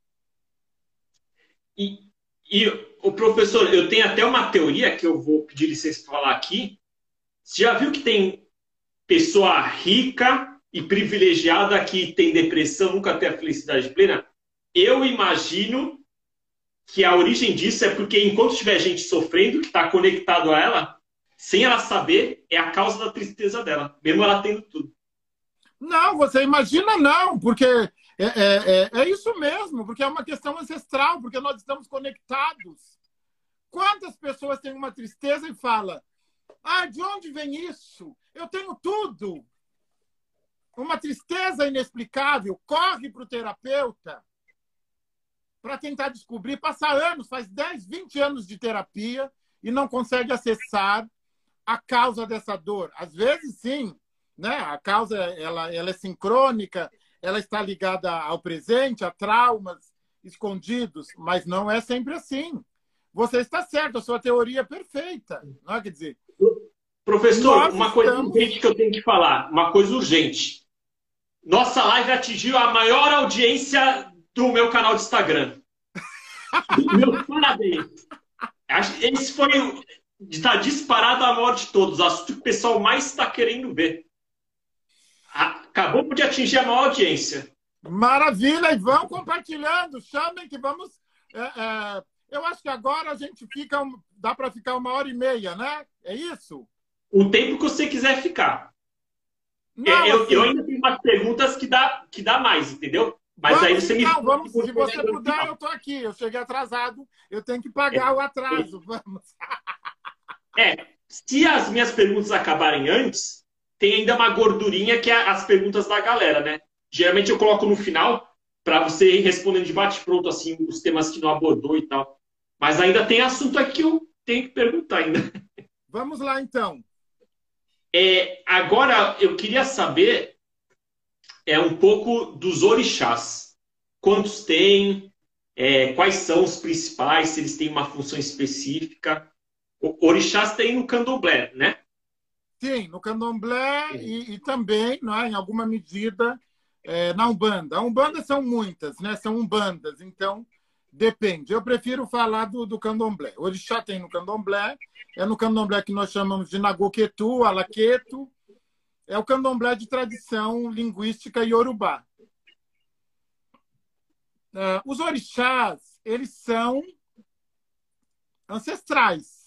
E o professor, eu tenho até uma teoria que eu vou pedir licença para falar aqui. Você já viu que tem pessoa rica e privilegiada que tem depressão, nunca tem a felicidade plena? Eu imagino que a origem disso é porque enquanto tiver gente sofrendo, que está conectado a ela, sem ela saber, é a causa da tristeza dela, mesmo ela tendo tudo. Não, você imagina não, porque é isso mesmo, porque é uma questão ancestral, porque nós estamos conectados. Quantas pessoas têm uma tristeza e falam, de onde vem isso? Eu tenho tudo. Uma tristeza inexplicável, corre para o terapeuta para tentar descobrir, passa anos, faz 10, 20 anos de terapia e não consegue acessar a causa dessa dor. Às vezes, sim, né? A causa ela é sincrônica, ela está ligada ao presente, a traumas escondidos, mas não é sempre assim. Você está certo, a sua teoria é perfeita. Não é? Quer dizer, professor, uma coisa urgente que eu tenho que falar, uma coisa urgente. Nossa live atingiu a maior audiência do meu canal de Instagram. Meus parabéns. Esse foi, está disparado a maior de todos. O assunto que o pessoal mais está querendo ver. Acabou de atingir a maior audiência. Maravilha, e vão compartilhando, chamem que vamos... eu acho que agora a gente dá para ficar 1h30, né? É isso? O tempo que você quiser ficar. Não, eu ainda tenho umas perguntas que dá mais, entendeu? Mas aí você então, vamos, se você puder, eu estou aqui. Eu cheguei atrasado, eu tenho que pagar o atraso. Vamos. Se as minhas perguntas acabarem antes, tem ainda uma gordurinha que é as perguntas da galera, né? Geralmente eu coloco no final para você ir respondendo de bate-pronto, assim, os temas que não abordou e tal. Mas ainda tem assunto aqui que eu tenho que perguntar ainda. Vamos lá, então. Agora, eu queria saber um pouco dos orixás. Quantos tem? Quais são os principais? Se eles têm uma função específica? Orixás tem no candomblé, né? Sim, no candomblé e também, não é, em alguma medida, na Umbanda. A Umbanda são muitas, né? São umbandas, então depende. Eu prefiro falar do candomblé. Orixá tem no candomblé, é no candomblé que nós chamamos de Nagoquetu, Alaqueto, é o candomblé de tradição linguística iorubá. Os orixás, eles são ancestrais.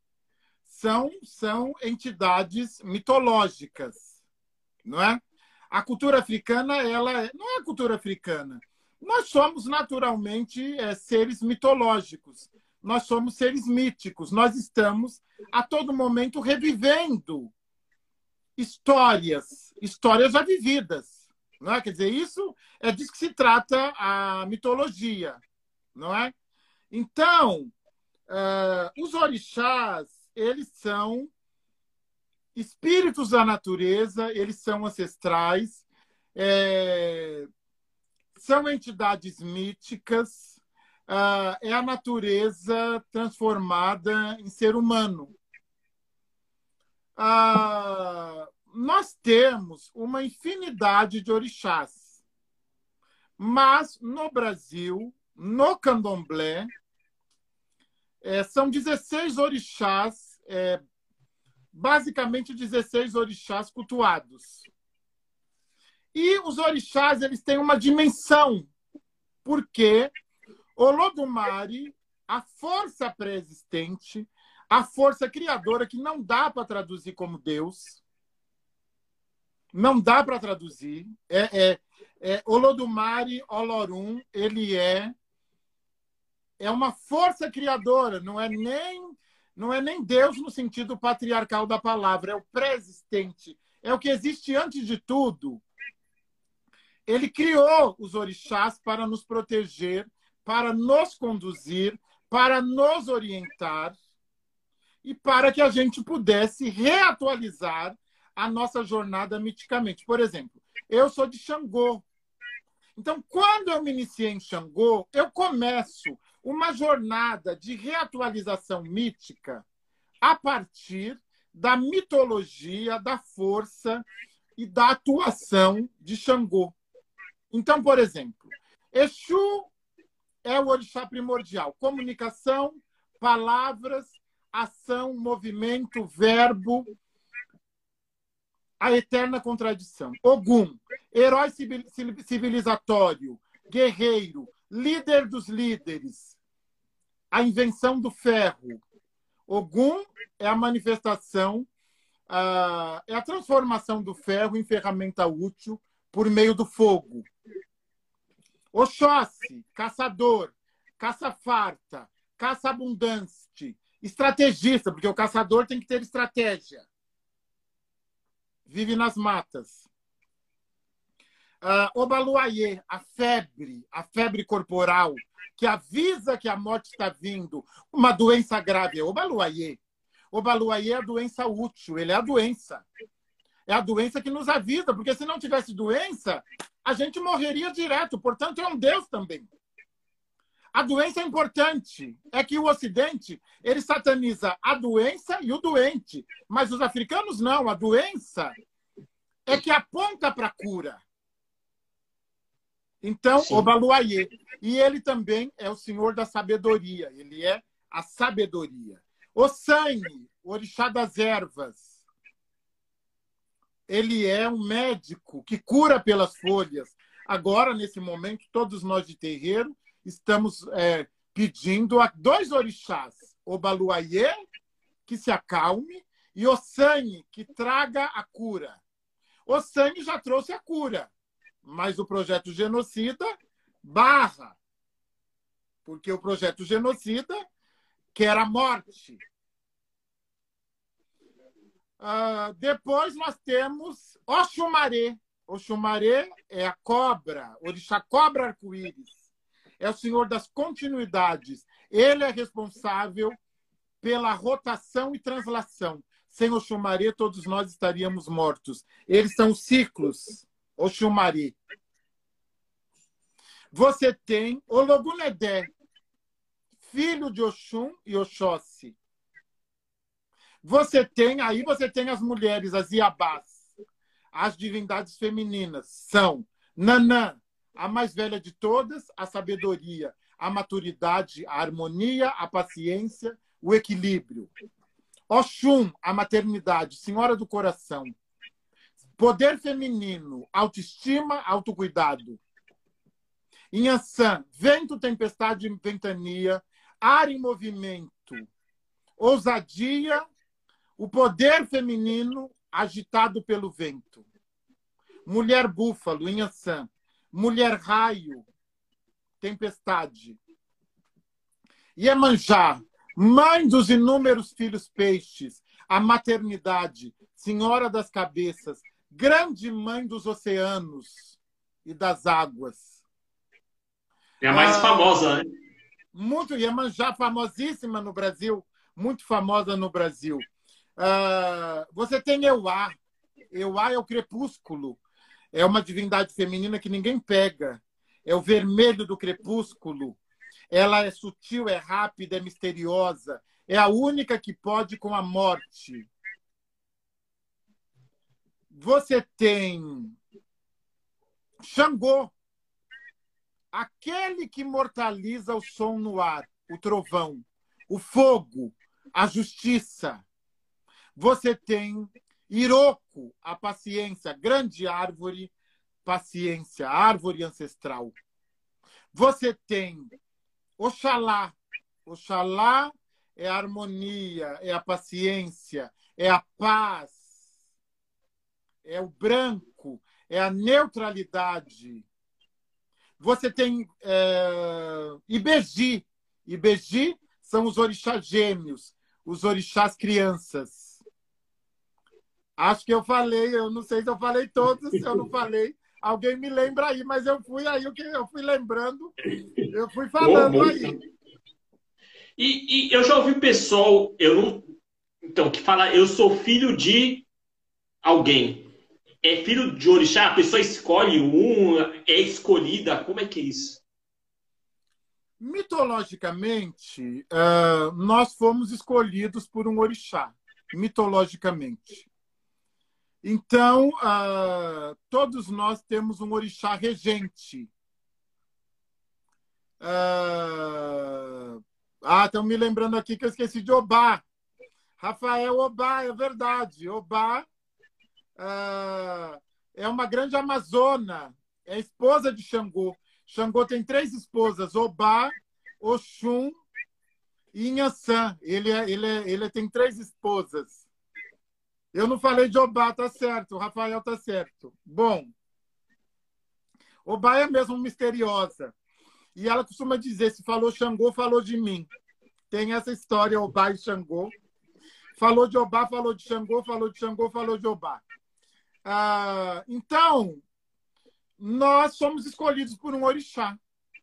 São entidades mitológicas, não é? A cultura africana, não é a cultura africana. Nós somos naturalmente seres mitológicos. Nós somos seres míticos. Nós estamos a todo momento revivendo histórias já vividas, não é? Quer dizer, isso é disso que se trata a mitologia, não é? Então, os orixás, eles são espíritos da natureza, eles são ancestrais, são entidades míticas, é a natureza transformada em ser humano. Nós temos uma infinidade de orixás, mas no Brasil, no candomblé, são 16 orixás, basicamente 16 orixás cultuados. E os orixás, eles têm uma dimensão, porque Olodumare, a força pré-existente, a força criadora, que não dá para traduzir como Deus, não dá para traduzir, Olodumare, Olorum, ele é uma força criadora, não é nem Deus no sentido patriarcal da palavra, é o pré-existente, é o que existe antes de tudo. Ele criou os orixás para nos proteger, para nos conduzir, para nos orientar e para que a gente pudesse reatualizar a nossa jornada miticamente. Por exemplo, eu sou de Xangô. Então, quando eu me iniciei em Xangô, eu começo uma jornada de reatualização mítica a partir da mitologia, da força e da atuação de Xangô. Então, por exemplo, Exu é o orixá primordial. Comunicação, palavras, ação, movimento, verbo, a eterna contradição. Ogum, herói civilizatório, guerreiro, líder dos líderes, a invenção do ferro. Ogum é a manifestação, é a transformação do ferro em ferramenta útil por meio do fogo. Oxóssi, caçador, caça-farta, caça-abundante, estrategista, porque o caçador tem que ter estratégia. Vive nas matas. Obaluayê, a febre corporal, que avisa que a morte está vindo, uma doença grave. Obaluayê. Obaluayê é a doença útil, ele é a doença. É a doença que nos avisa, porque se não tivesse doença, a gente morreria direto. Portanto, é um Deus também. A doença é importante. É que o Ocidente, ele sataniza a doença e o doente. Mas os africanos não. A doença é que aponta para a cura. Então, Obaluayê. E ele também é o senhor da sabedoria. Ele é a sabedoria. Ossanhe, orixá das ervas. Ele é um médico que cura pelas folhas. Agora, nesse momento, todos nós de terreiro estamos pedindo a 2 orixás. Obaluayê, que se acalme, e Ossanhe, que traga a cura. Ossanhe já trouxe a cura, mas o projeto genocida barra, porque o projeto genocida quer a morte. Depois nós temos Oxumaré. Oxumaré é a cobra, orixá cobra arco-íris. É o senhor das continuidades. Ele é responsável pela rotação e translação. Sem Oxumaré, todos nós estaríamos mortos. Eles são ciclos. Oxumaré. Você tem Ologunedé, filho de Oxum e Oxóssi. Você tem as mulheres, as Iabás, as divindades femininas. São Nanã, a mais velha de todas, a sabedoria, a maturidade, a harmonia, a paciência, o equilíbrio. Oxum, a maternidade, senhora do coração. Poder feminino, autoestima, autocuidado. Inhaçã, vento, tempestade e ventania, ar em movimento, ousadia, o poder feminino agitado pelo vento. Mulher búfalo, Inhaçã. Mulher raio, tempestade. Iemanjá, mãe dos inúmeros filhos peixes, a maternidade, senhora das cabeças, grande mãe dos oceanos e das águas. É a mais famosa, né? Muito, Iemanjá, famosíssima no Brasil, muito famosa no Brasil. Você tem Euá. Euá é o crepúsculo. É uma divindade feminina que ninguém pega. É o vermelho do crepúsculo. Ela é sutil, é rápida, é misteriosa. É a única que pode com a morte. Você tem Xangô, aquele que imortaliza o som no ar, o trovão, o fogo, a justiça. Você tem Iroko, a paciência, grande árvore, paciência, árvore ancestral. Você tem Oxalá. Oxalá é a harmonia, é a paciência, é a paz, é o branco, é a neutralidade. Você tem Ibeji. Ibeji são os orixás gêmeos, os orixás crianças. Acho que eu falei, eu não sei se eu falei todos, se eu não falei, alguém me lembra aí, mas eu fui lembrando, eu fui Bom, falando bom. aí. E eu já ouvi pessoal, eu não, então, que fala, eu sou filho de alguém. É filho de orixá? A pessoa escolhe um, é escolhida? Como é que é isso? Mitologicamente, nós fomos escolhidos por um orixá, mitologicamente. Então, todos nós temos um orixá regente. Estão me lembrando aqui que eu esqueci de Obá. Rafael Obá, é verdade. Obá é uma grande amazona, é esposa de Xangô. Xangô tem 3 esposas, Obá, Oxum e Inhaçã. Ele tem 3 esposas. Eu não falei de Obá, tá certo. O Rafael tá certo. Bom, Obá é mesmo misteriosa. E ela costuma dizer, se falou Xangô, falou de mim. Tem essa história, Obá e Xangô. Falou de Obá, falou de Xangô, falou de Xangô, falou de Obá. Então, nós somos escolhidos por um orixá.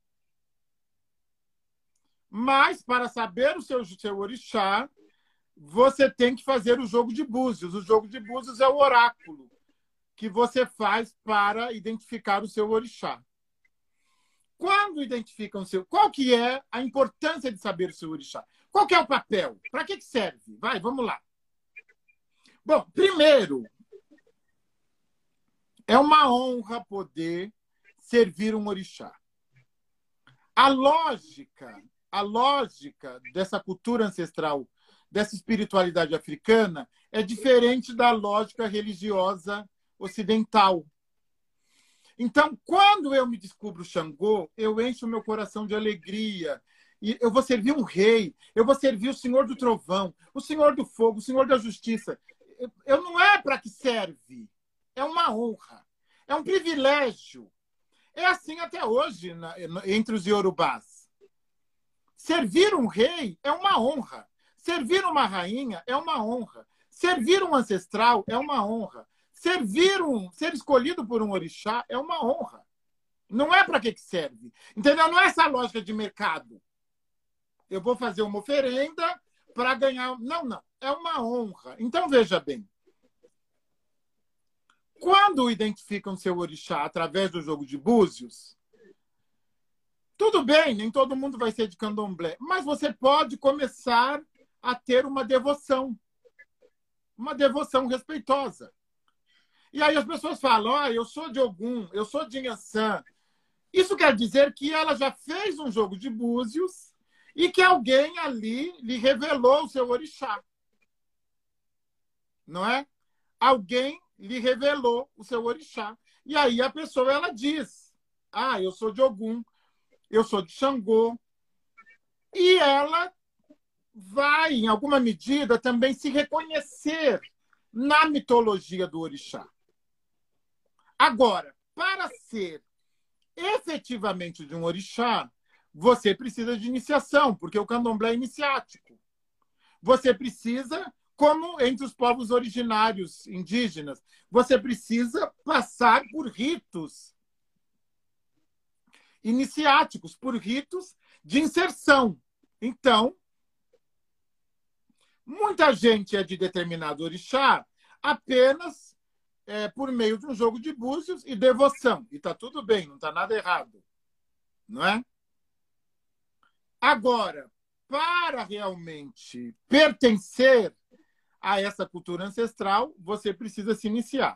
Mas, para saber o seu orixá, você tem que fazer o jogo de búzios. O jogo de búzios é o oráculo que você faz para identificar o seu orixá. Quando identificam o seu... Qual que é a importância de saber o seu orixá? Qual que é o papel? Para que serve? Vai, vamos lá. Bom, primeiro, é uma honra poder servir um orixá. A lógica dessa cultura ancestral, dessa espiritualidade africana, é diferente da lógica religiosa ocidental. Então, quando eu me descubro Xangô, eu encho o meu coração de alegria. E eu vou servir um rei, eu vou servir o Senhor do Trovão, o Senhor do Fogo, o Senhor da Justiça. Eu não é para que serve. É uma honra. É um privilégio. É assim até hoje entre os iorubás. Servir um rei é uma honra. Servir uma rainha é uma honra. Servir um ancestral é uma honra. Ser escolhido por um orixá é uma honra. Não é para que serve. Entendeu? Não é essa lógica de mercado. Eu vou fazer uma oferenda para ganhar... Não, não. É uma honra. Então, veja bem. Quando identificam seu orixá através do jogo de búzios, tudo bem, nem todo mundo vai ser de candomblé, mas você pode começar a ter uma devoção respeitosa. E aí as pessoas falam, eu sou de Ogum, eu sou de Inhaçã. Isso quer dizer que ela já fez um jogo de búzios e que alguém ali lhe revelou o seu orixá. Não é? Alguém lhe revelou o seu orixá. E aí a pessoa ela diz, eu sou de Ogum, eu sou de Xangô. E ela vai, em alguma medida, também se reconhecer na mitologia do orixá. Agora, para ser efetivamente de um orixá, você precisa de iniciação, porque o candomblé é iniciático. Você precisa, como entre os povos originários indígenas, você precisa passar por ritos iniciáticos, por ritos de inserção. Então, muita gente é de determinado orixá apenas por meio de um jogo de búzios e devoção. E está tudo bem, não está nada errado. Não é? Agora, para realmente pertencer a essa cultura ancestral, você precisa se iniciar.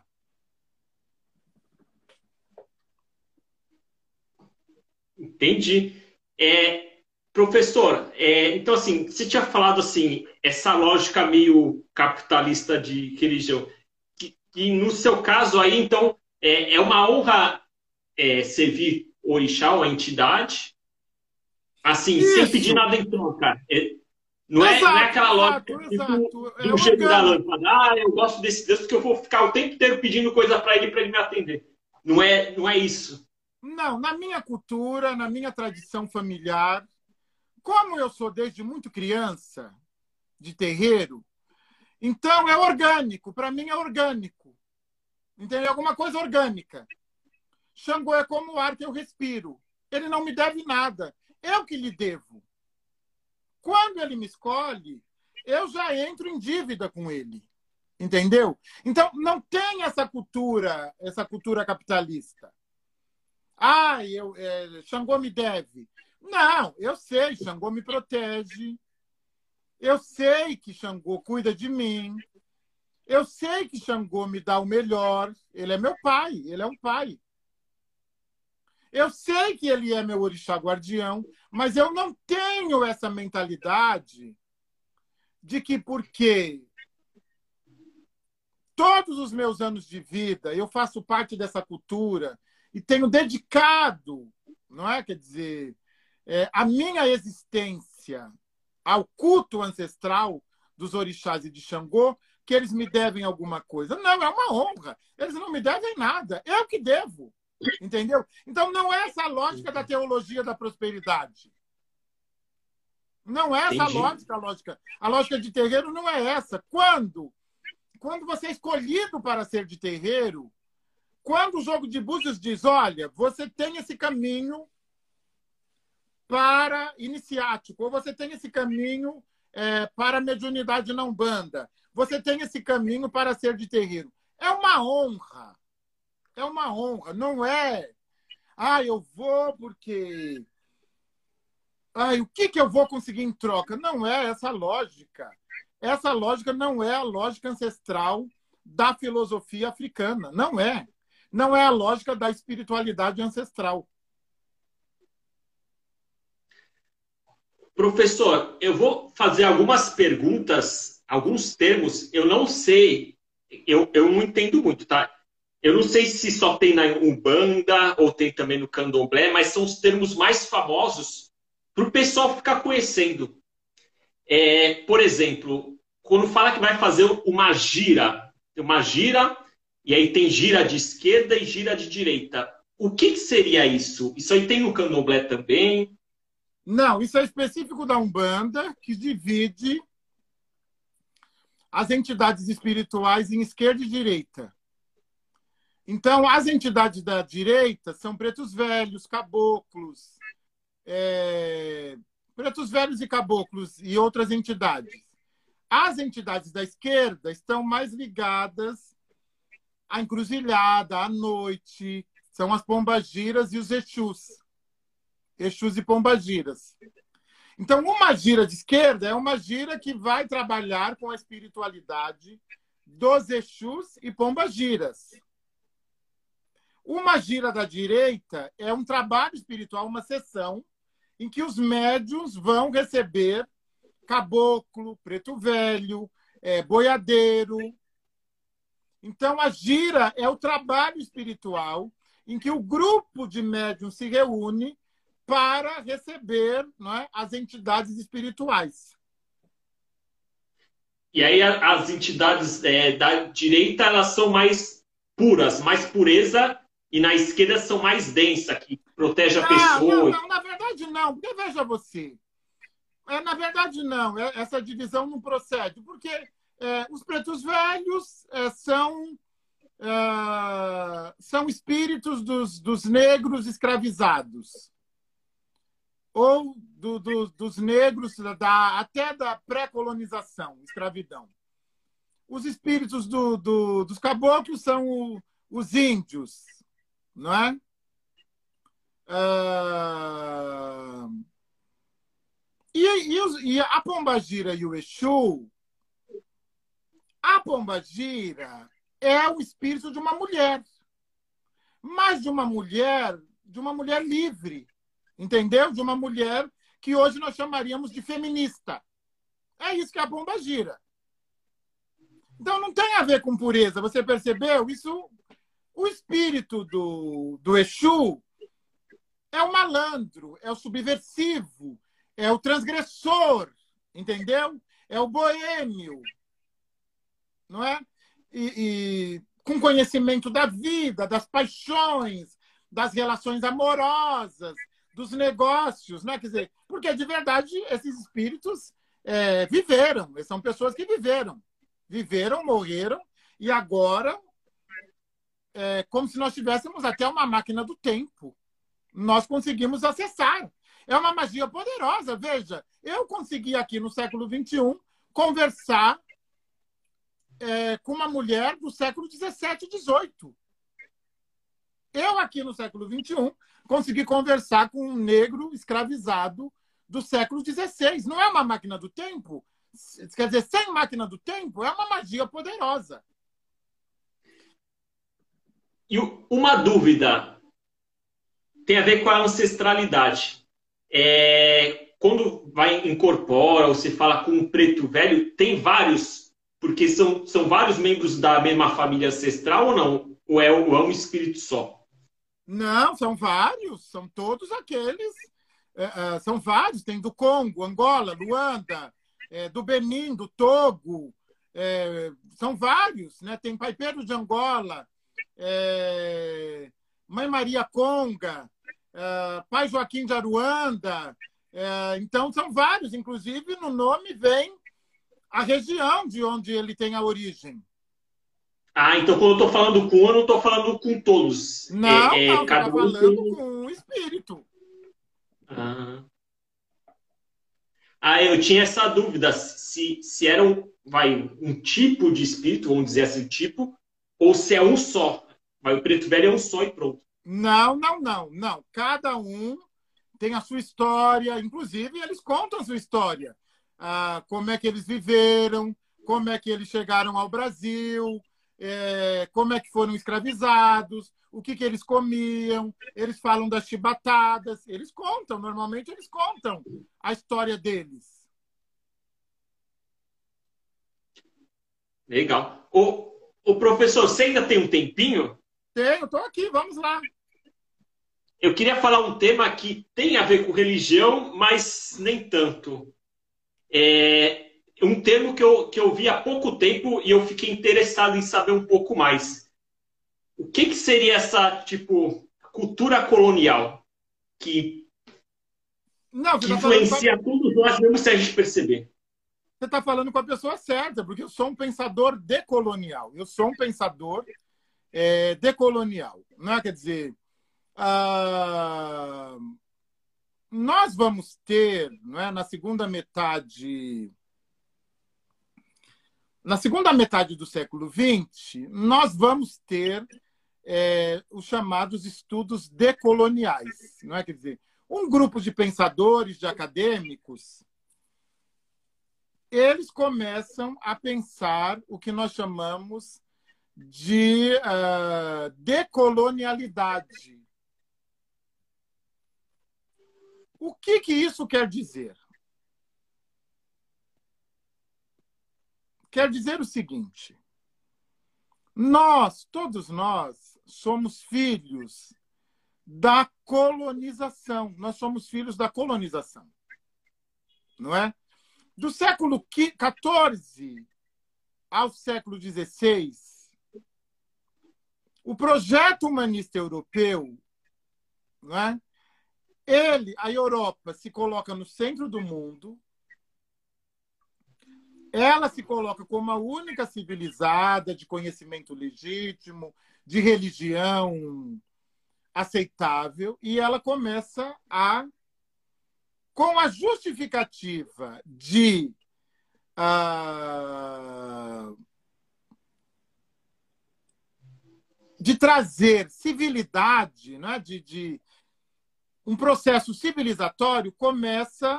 Entendi. Professor, então assim, você tinha falado assim, essa lógica meio capitalista de religião, que no seu caso aí, então, é uma honra servir o orixá, ou a entidade, assim, sem pedir Isso! nada em troca. Não é aquela lógica do gênio da lâmpada. Eu gosto desse Deus porque eu vou ficar o tempo inteiro pedindo coisa para ele me atender. Não é isso. Não, na minha cultura, na minha tradição familiar, como eu sou desde muito criança, de terreiro, então é orgânico. Para mim é orgânico. Entendeu? Alguma coisa orgânica. Xangô é como o ar que eu respiro. Ele não me deve nada. Eu que lhe devo. Quando ele me escolhe, eu já entro em dívida com ele. Entendeu? Então, não tem essa cultura capitalista. Xangô me deve. Não, eu sei, Xangô me protege. Eu sei que Xangô cuida de mim. Eu sei que Xangô me dá o melhor. Ele é meu pai, ele é um pai. Eu sei que ele é meu orixá guardião, mas eu não tenho essa mentalidade de que porque todos os meus anos de vida eu faço parte dessa cultura e tenho dedicado, não é? Quer dizer, a minha existência ao culto ancestral dos orixás e de Xangô, que eles me devem alguma coisa. Não, é uma honra. Eles não me devem nada. Eu que devo. Entendeu? Então, não é essa a lógica da teologia da prosperidade. Não é essa a lógica. A lógica de terreiro não é essa. Quando você é escolhido para ser de terreiro, quando o jogo de búzios diz, olha, você tem esse caminho para iniciático, ou você tem esse caminho para mediunidade na Umbanda, você tem esse caminho para ser de terreiro. É uma honra. É uma honra. Não é, eu vou porque... o que eu vou conseguir em troca? Não é essa lógica. Essa lógica não é a lógica ancestral da filosofia africana. Não é. Não é a lógica da espiritualidade ancestral. Professor, eu vou fazer algumas perguntas, alguns termos, eu não sei, eu não entendo muito, tá? Eu não sei se só tem na Umbanda ou tem também no Candomblé, mas são os termos mais famosos para o pessoal ficar conhecendo. Por exemplo, quando fala que vai fazer uma gira, e aí tem gira de esquerda e gira de direita. O que seria isso? Isso aí tem no Candomblé também? Não, isso é específico da Umbanda, que divide as entidades espirituais em esquerda e direita. Então, as entidades da direita são pretos velhos, caboclos, pretos velhos e caboclos e outras entidades. As entidades da esquerda estão mais ligadas à encruzilhada, à noite, são as pombagiras e os exus. Exus e pombagiras. Então, uma gira de esquerda é uma gira que vai trabalhar com a espiritualidade dos exus e pombagiras. Uma gira da direita é um trabalho espiritual, uma sessão em que os médiuns vão receber caboclo, preto velho, boiadeiro. Então, a gira é o trabalho espiritual em que o grupo de médiuns se reúne para receber, não é, as entidades espirituais. E aí as entidades da direita elas são mais puras, mais pureza, e na esquerda são mais densa, que protege a pessoa. Não, na verdade não, porque veja você, na verdade não, essa divisão não procede, porque os pretos velhos são espíritos dos negros escravizados, ou dos negros até da pré-colonização, escravidão. Os espíritos dos caboclos são os índios, não é? E a pombagira e o Exu, a pombagira é o espírito de uma mulher, mas de uma mulher livre, entendeu? De uma mulher que hoje nós chamaríamos de feminista. É isso que é a pombagira. Então não tem a ver com pureza, você percebeu? Isso, o espírito do Exu é o malandro, é o subversivo, é o transgressor, entendeu? É o boêmio, não é? E com conhecimento da vida, das paixões, das relações amorosas, dos negócios, né? Quer dizer, porque de verdade esses espíritos viveram, são pessoas que viveram, morreram e agora como se nós tivéssemos até uma máquina do tempo. Nós conseguimos acessar. É uma magia poderosa. Veja, eu consegui aqui no século XXI conversar com uma mulher do século XVII e XVIII. Eu aqui no século XXI consegui conversar com um negro escravizado do século XVI. Não é uma máquina do tempo? Quer dizer, sem máquina do tempo, é uma magia poderosa. E uma dúvida tem a ver com a ancestralidade. Quando incorpora ou se fala com um preto velho, tem vários, porque são vários membros da mesma família ancestral ou não? Ou é um espírito só? Não, são vários, são todos aqueles. São vários, tem do Congo, Angola, Luanda, do Benin, do Togo, são vários, né? Tem Pai Pedro de Angola, Mãe Maria Conga, Pai Joaquim de Aruanda, então são vários, inclusive no nome vem a região de onde ele tem a origem. Ah, então quando eu estou falando com um, eu não estou falando com todos. Não, você está falando tem... com um espírito. Eu tinha essa dúvida se era um tipo de espírito, vamos dizer assim, tipo, ou se é um só. O preto velho é um só e pronto. Não. Cada um tem a sua história, inclusive eles contam a sua história. Como é que eles viveram, como é que eles chegaram ao Brasil, como é que foram escravizados, o que eles comiam, eles falam das chibatadas, normalmente eles contam a história deles. Legal. O professor, você ainda tem um tempinho? Tenho, estou aqui, vamos lá. Eu queria falar um tema que tem a ver com religião, mas nem tanto. Um termo que eu vi há pouco tempo e eu fiquei interessado em saber um pouco mais. O que seria essa, cultura colonial que influencia todos nós, mesmo se a gente perceber? Você está falando com a pessoa certa, porque eu sou um pensador decolonial. Eu sou um pensador decolonial. Não é? Quer dizer, nós vamos ter, não é, na segunda metade do século XX, nós vamos ter os chamados estudos decoloniais. Não é? Quer dizer, um grupo de pensadores, de acadêmicos, eles começam a pensar o que nós chamamos de decolonialidade. O que isso quer dizer? Quer dizer o seguinte: todos nós, somos filhos da colonização. Nós somos filhos da colonização. Não é? Do século XIV ao século XVI, o projeto humanista europeu, não é? A Europa se coloca no centro do mundo, ela se coloca como a única civilizada, de conhecimento legítimo, de religião aceitável, e ela começa com a justificativa de trazer civilidade, né? de um processo civilizatório, começa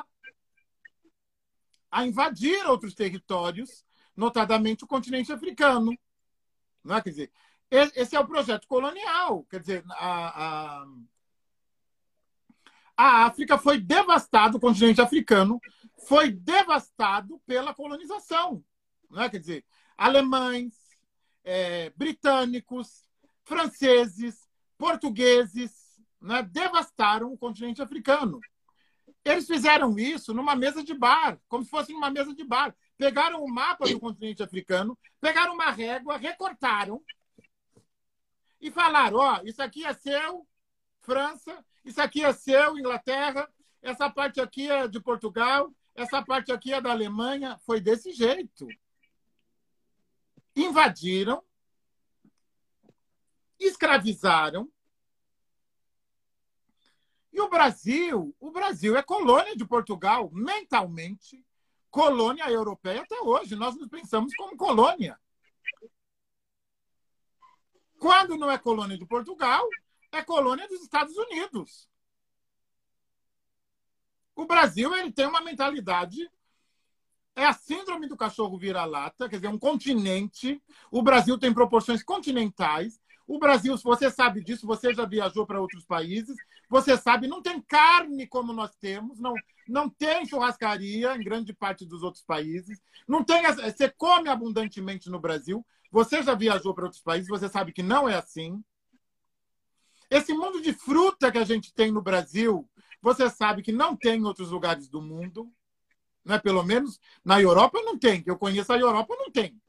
a invadir outros territórios, notadamente o continente africano. Não é? Quer dizer, esse é o projeto colonial. Quer dizer, a África foi devastada, o continente africano foi devastado pela colonização. Não é? Quer dizer, alemães, britânicos, franceses, portugueses, né, devastaram o continente africano. Eles fizeram isso numa mesa de bar, como se fosse uma mesa de bar. Pegaram o mapa do continente africano, pegaram uma régua, recortaram e falaram: isso aqui é seu, França, isso aqui é seu, Inglaterra, essa parte aqui é de Portugal, essa parte aqui é da Alemanha. Foi desse jeito. Invadiram escravizaram. E o Brasil é colônia de Portugal, mentalmente, colônia europeia até hoje. Nós nos pensamos como colônia. Quando não é colônia de Portugal, é colônia dos Estados Unidos. O Brasil ele tem uma mentalidade, é a síndrome do cachorro vira-lata, quer dizer, um continente. O Brasil tem proporções continentais. O Brasil, se você sabe disso, você já viajou para outros países, você sabe, não tem carne como nós temos, não tem churrascaria em grande parte dos outros países, não tem, você come abundantemente no Brasil, você já viajou para outros países, você sabe que não é assim. Esse mundo de fruta que a gente tem no Brasil, você sabe que não tem em outros lugares do mundo, né? Pelo menos na Europa não tem, que eu conheço a Europa não tem.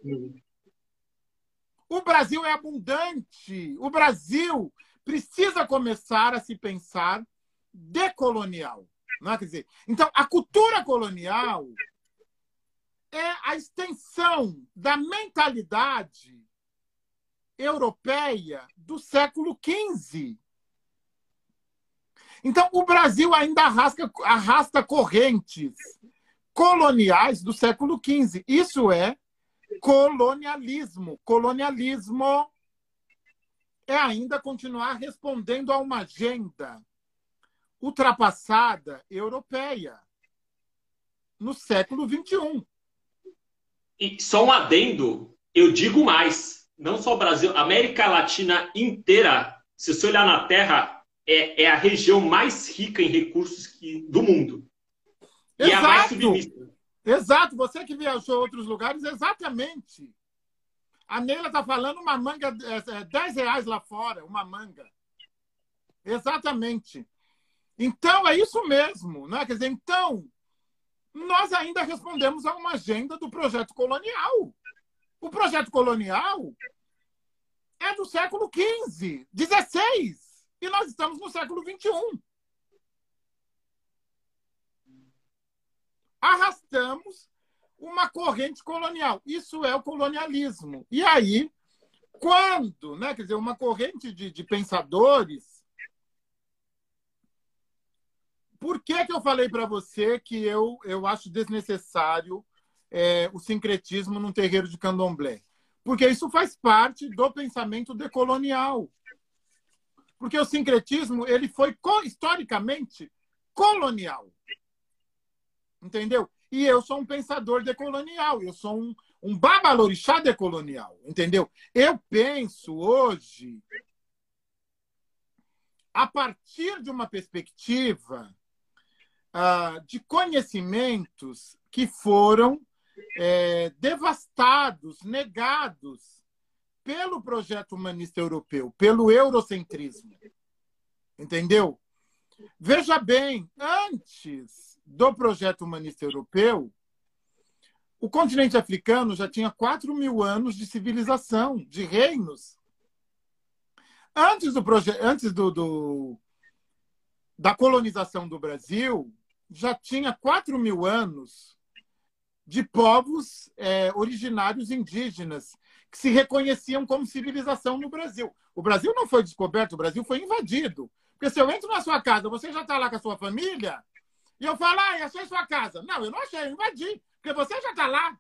O Brasil é abundante. O Brasil precisa começar a se pensar decolonial. Não é? Quer dizer, então, a cultura colonial é a extensão da mentalidade europeia do século XV. Então, o Brasil ainda arrasta correntes coloniais do século XV. Isso é colonialismo. Colonialismo é ainda continuar respondendo a uma agenda ultrapassada europeia no século XXI. E só um adendo, eu digo mais, não só o Brasil, a América Latina inteira, se você olhar na Terra, é a região mais rica em recursos do mundo. E Exato. é a mais submissa. Exato, você que viajou a outros lugares, exatamente. A Neila está falando uma manga, R$10 lá fora, uma manga. Exatamente. Então, é isso mesmo. Né? Quer dizer, então, nós ainda respondemos a uma agenda do projeto colonial. O projeto colonial é do século XV, XVI, e nós estamos no século XXI. Arrastamos uma corrente colonial. Isso é o colonialismo. E aí, quando, né, quer dizer, uma corrente de pensadores... Por que eu falei para você que eu acho desnecessário o sincretismo num terreiro de candomblé? Porque isso faz parte do pensamento decolonial. Porque o sincretismo ele foi historicamente colonial. Entendeu? E eu sou um pensador decolonial, eu sou um babalorixá decolonial, entendeu? Eu penso hoje a partir de uma perspectiva de conhecimentos que foram devastados, negados pelo projeto humanista europeu, pelo eurocentrismo. Entendeu? Veja bem, antes do projeto humanista europeu, o continente africano já tinha 4.000 anos de civilização, de reinos. Antes da colonização do Brasil, já tinha 4.000 anos de povos originários indígenas que se reconheciam como civilização no Brasil. O Brasil não foi descoberto, o Brasil foi invadido. Porque se eu entro na sua casa, você já está lá com a sua família, e eu falo, achei sua casa. Não, eu não achei, eu invadi, porque você já está lá.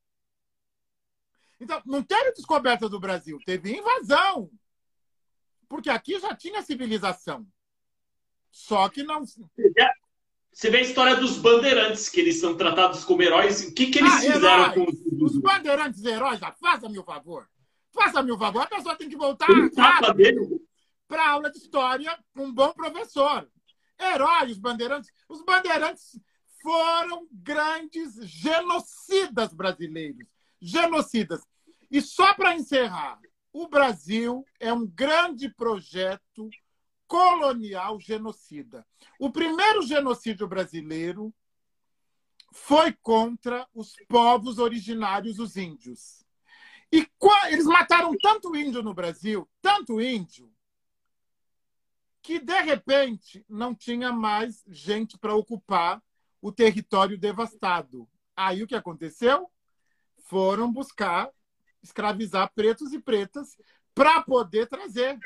Então, não teve descoberta do Brasil, teve invasão. Porque aqui já tinha civilização. Só que não... Você vê a história dos bandeirantes, que eles são tratados como heróis. O que eles fizeram com os bandeirantes heróis? Faça-me o favor. Faça-me o favor. A pessoa tem que voltar para a aula de história com um bom professor. Heróis, os bandeirantes. Os bandeirantes foram grandes genocidas brasileiros. Genocidas. E só para encerrar, o Brasil é um grande projeto colonial genocida. O primeiro genocídio brasileiro foi contra os povos originários, os índios. E eles mataram tanto índio no Brasil, tanto índio, que, de repente, não tinha mais gente para ocupar o território devastado. Aí o que aconteceu? Foram buscar escravizar pretos e pretas para poder trazer.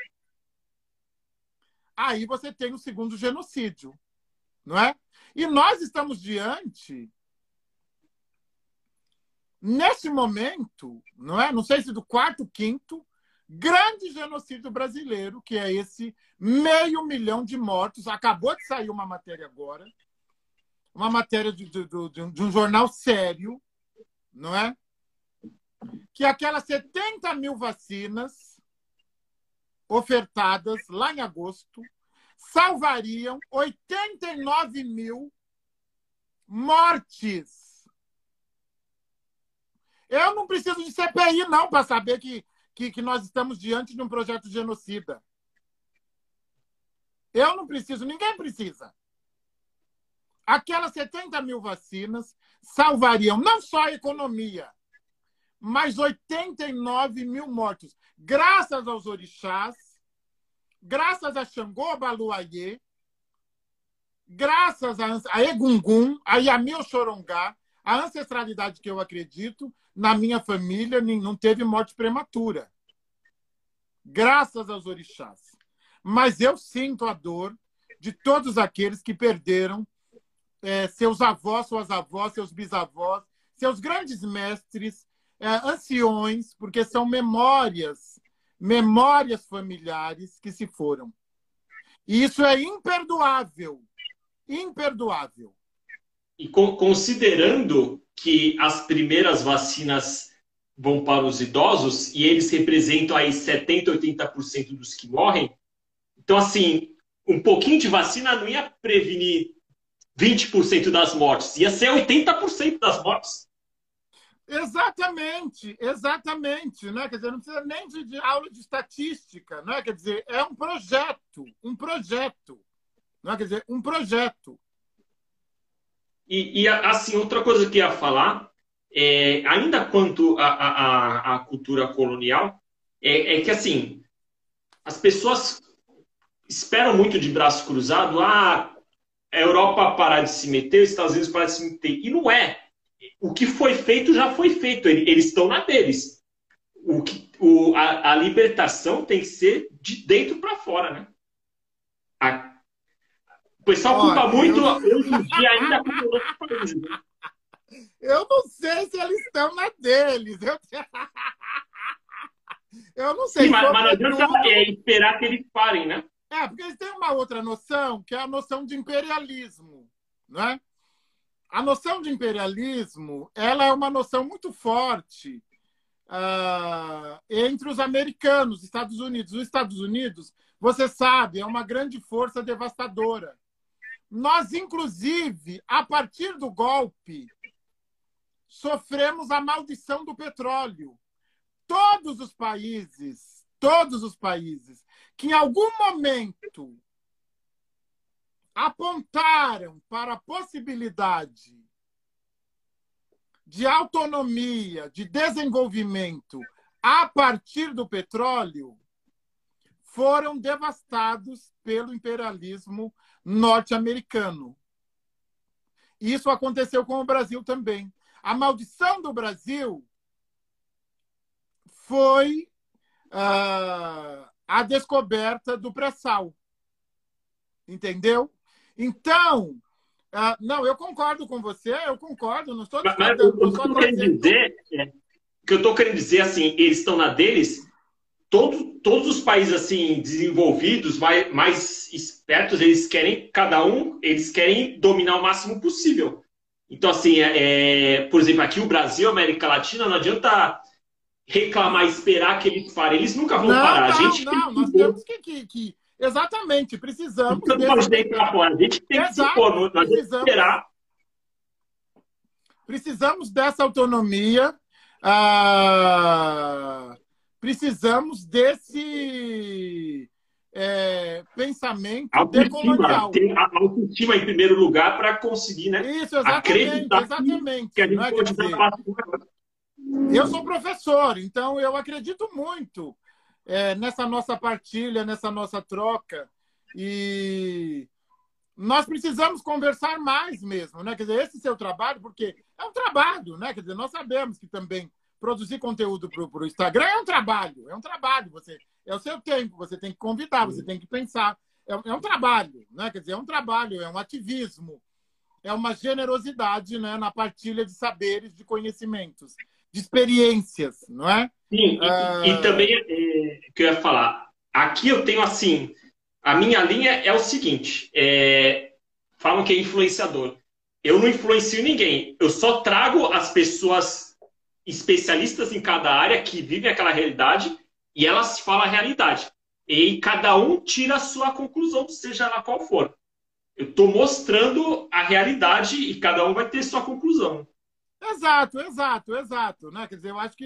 Aí você tem o segundo genocídio, não é? E nós estamos diante, neste momento, não é? Não sei se do quarto, quinto, grande genocídio brasileiro, que é esse 500 mil de mortos. Acabou de sair uma matéria agora, uma matéria de um jornal sério, não é? Que aquelas 70 mil vacinas ofertadas lá em agosto salvariam 89 mil mortes. Eu não preciso de CPI, não, para saber que nós estamos diante de um projeto genocida. Eu não preciso, ninguém precisa. Aquelas 70 mil vacinas salvariam não só a economia, mas 89 mil mortos. Graças aos orixás, graças a Xangô Baluayê, graças a Egungun, a Yamil Xorongá, a ancestralidade que eu acredito, na minha família não teve morte prematura. Graças aos orixás. Mas eu sinto a dor de todos aqueles que perderam seus avós, suas avós, seus bisavós, seus grandes mestres, anciões, porque são memórias familiares que se foram. E isso é imperdoável. Imperdoável. E considerando que as primeiras vacinas vão para os idosos e eles representam aí 70%, 80% dos que morrem, então, assim, um pouquinho de vacina não ia prevenir 20% das mortes, ia ser 80% das mortes. Exatamente, exatamente, né? Quer dizer, não precisa nem de aula de estatística, né? Quer dizer, é um projeto, não é? Quer dizer, um projeto. E assim, outra coisa que eu ia falar, ainda quanto à cultura colonial, é que, assim, as pessoas esperam muito de braço cruzado, a Europa parar de se meter, os Estados Unidos parar de se meter. E não é. O que foi feito já foi feito. Eles estão na deles. A libertação tem que ser de dentro para fora, né? O pessoal culpa muito hoje em dia ainda com outros países. Né? Eu não sei se eles estão na deles. Eu não sei. Sim, mas não adianta esperar que eles parem, né? Porque eles têm uma outra noção, que é a noção de imperialismo, né? A noção de imperialismo, ela é uma noção muito forte entre os americanos, Estados Unidos. Os Estados Unidos, você sabe, é uma grande força devastadora. Nós, inclusive, a partir do golpe, sofremos a maldição do petróleo. Todos os países que em algum momento apontaram para a possibilidade de autonomia, de desenvolvimento a partir do petróleo, foram devastados pelo imperialismo norte-americano. Isso aconteceu com o Brasil também. A maldição do Brasil foi a descoberta do pré-sal. Entendeu? Então, não, eu concordo com você, eu concordo, não estou discordando. O que eu estou querendo dizer, assim, eles estão na deles, todos os países assim desenvolvidos, mais espertos, eles querem, eles querem dominar o máximo possível. Então, assim, por exemplo, aqui o Brasil, América Latina, não adianta reclamar e esperar que eles parem. Eles nunca vão parar. Nós temos que exatamente, precisamos. Então, não pode deitar fora. A gente tem que se pôr, não adianta esperar. Precisamos dessa autonomia, precisamos desse pensamento decolonial. Tem a autoestima em primeiro lugar para conseguir, né? Isso, exatamente. Que a gente pode dar passo. Eu sou professor, então eu acredito muito nessa nossa partilha, nessa nossa troca. E nós precisamos conversar mais mesmo, né? Quer dizer, esse seu trabalho, porque é um trabalho, né? Quer dizer, nós sabemos que também produzir conteúdo para o Instagram é um trabalho. É um trabalho. É o seu tempo. Você tem que convidar, você tem que pensar. É um trabalho, né? Quer dizer, é um trabalho, é um ativismo, é uma generosidade, né, na partilha de saberes, de conhecimentos, de experiências, não é? Sim, e também o que eu ia falar. Aqui eu tenho assim, a minha linha é o seguinte: falam que é influenciador. Eu não influencio ninguém. Eu só trago as pessoas especialistas em cada área que vivem aquela realidade e elas falam a realidade. E cada um tira a sua conclusão, seja lá qual for. Eu estou mostrando a realidade e cada um vai ter sua conclusão. Exato, exato, exato. Né? Quer dizer, eu acho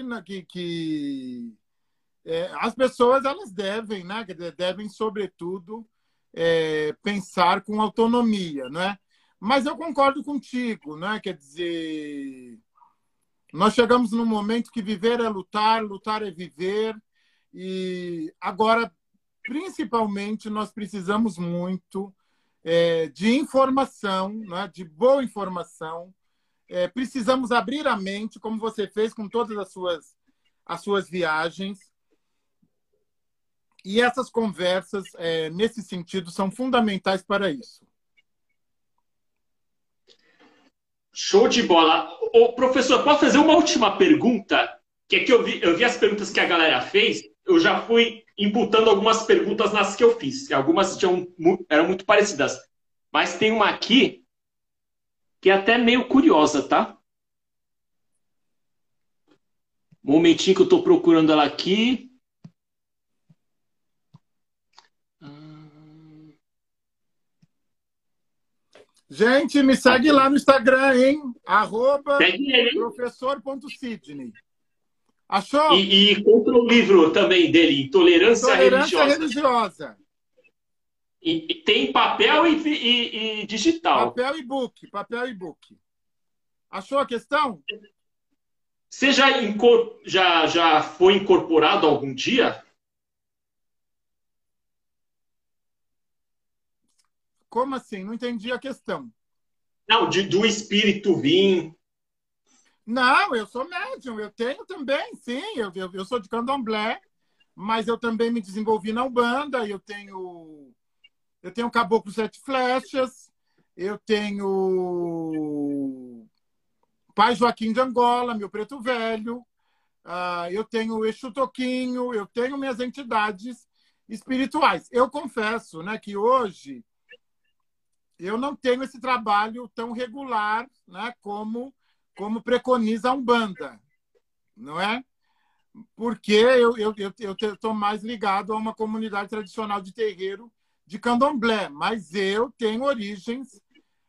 as pessoas elas devem, né? Quer dizer, devem, sobretudo, pensar com autonomia, né? Mas eu concordo contigo, né? Quer dizer, nós chegamos num momento que viver é lutar, lutar é viver, e agora, principalmente, nós precisamos muito de informação, né? De boa informação. Precisamos abrir a mente, como você fez com todas as suas viagens. E essas conversas, nesse sentido, são fundamentais para isso. Show de bola. Ô, professor, posso fazer uma última pergunta? Que é que eu vi as perguntas que a galera fez, eu já fui imputando algumas perguntas nas que eu fiz. Algumas eram muito parecidas. Mas tem uma aqui que é até meio curiosa, tá? Um momentinho que eu estou procurando ela aqui. Gente, me segue lá no Instagram, hein? @professor.sidney. Achou? E compra o livro também dele, Intolerância Religiosa. E tem papel e digital. Papel e book. Achou a questão? Você já foi incorporado algum dia? Como assim? Não entendi a questão. Não, do espírito vir. Não, eu sou médium. Eu tenho também, sim. Eu sou de candomblé, mas eu também me desenvolvi na Umbanda. Eu tenho Caboclo Sete Flechas. Eu tenho Pai Joaquim de Angola, meu preto velho. Eu tenho o Exu Toquinho. Eu tenho minhas entidades espirituais. Eu confesso, né, que hoje eu não tenho esse trabalho tão regular, né, como preconiza a Umbanda, não é? Porque eu estou mais ligado a uma comunidade tradicional de terreiro de candomblé, mas eu tenho origens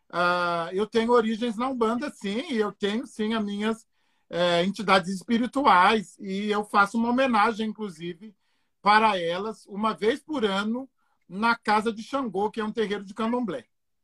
na Umbanda, sim, e eu tenho, sim, as minhas entidades espirituais, e eu faço uma homenagem, inclusive, para elas, uma vez por ano, na Casa de Xangô, que é um terreiro de candomblé.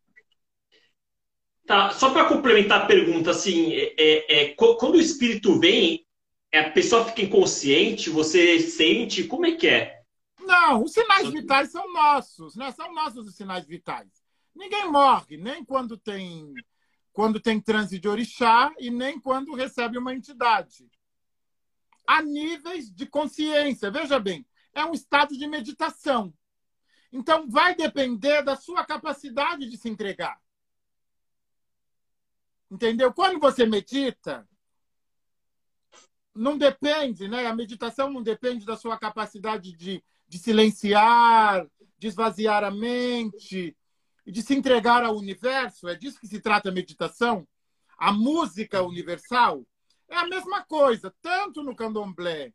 Tá, só para complementar a pergunta, assim, quando o espírito vem, a pessoa fica inconsciente, você sente, como é que é? Não, os sinais vitais são nossos, né? São nossos os sinais vitais. Ninguém morre, nem quando tem transe de orixá e nem quando recebe uma entidade. Há níveis de consciência, veja bem, é um estado de meditação. Então, vai depender da sua capacidade de se entregar. Entendeu? Quando você medita, não depende, né? A meditação não depende da sua capacidade de silenciar, de esvaziar a mente e de se entregar ao universo. É disso que se trata a meditação. A música universal é a mesma coisa, tanto no candomblé,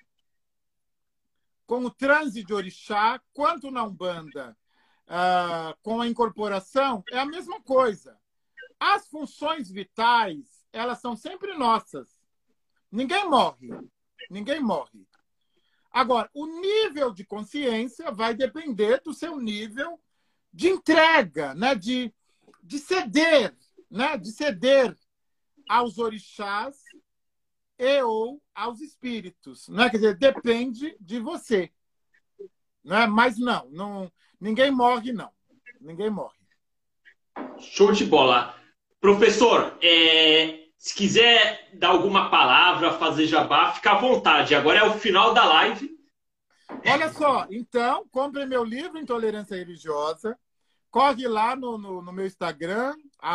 com o transe de orixá, quanto na Umbanda, com a incorporação, é a mesma coisa. As funções vitais, elas são sempre nossas. Ninguém morre. Ninguém morre. Agora, o nível de consciência vai depender do seu nível de entrega, né? de ceder, né? De ceder aos orixás e ou aos espíritos. Né? Quer dizer, depende de você. Né? Mas não, ninguém morre, não. Ninguém morre. Show de bola. Professor, Se quiser dar alguma palavra, fazer jabá, fica à vontade. Agora é o final da live. Olha só, então, compre meu livro Intolerância Religiosa. Corre lá no meu Instagram,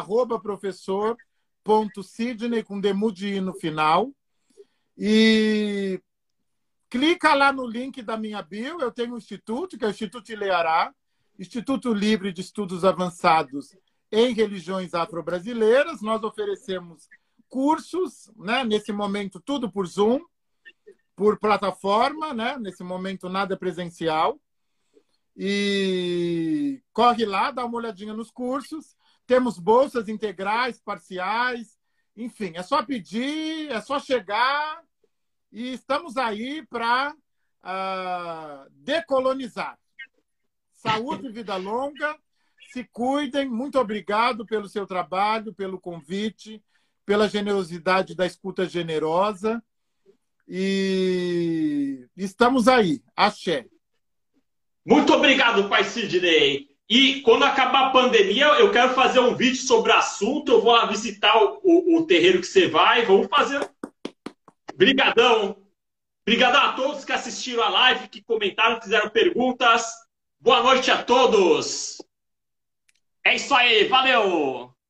@professor.sidney, com Demude no final. E clica lá no link da minha bio. Eu tenho um instituto, que é o Instituto Ileará, Instituto Livre de Estudos Avançados em Religiões Afro-Brasileiras. Nós oferecemos cursos, né? Nesse momento, tudo por Zoom, por plataforma, né? Nesse momento, nada presencial. E corre lá, dá uma olhadinha nos cursos. Temos bolsas integrais, parciais, enfim, é só pedir, é só chegar e estamos aí para decolonizar. Saúde e vida longa, se cuidem, muito obrigado pelo seu trabalho, pelo convite, pela generosidade da escuta generosa e estamos aí, axé. Muito obrigado, Pai Sidney. E quando acabar a pandemia, eu quero fazer um vídeo sobre o assunto. Eu vou lá visitar o terreiro que você vai. Vamos fazer. Brigadão. Brigadão a todos que assistiram a live, que comentaram, fizeram perguntas. Boa noite a todos. É isso aí. Valeu.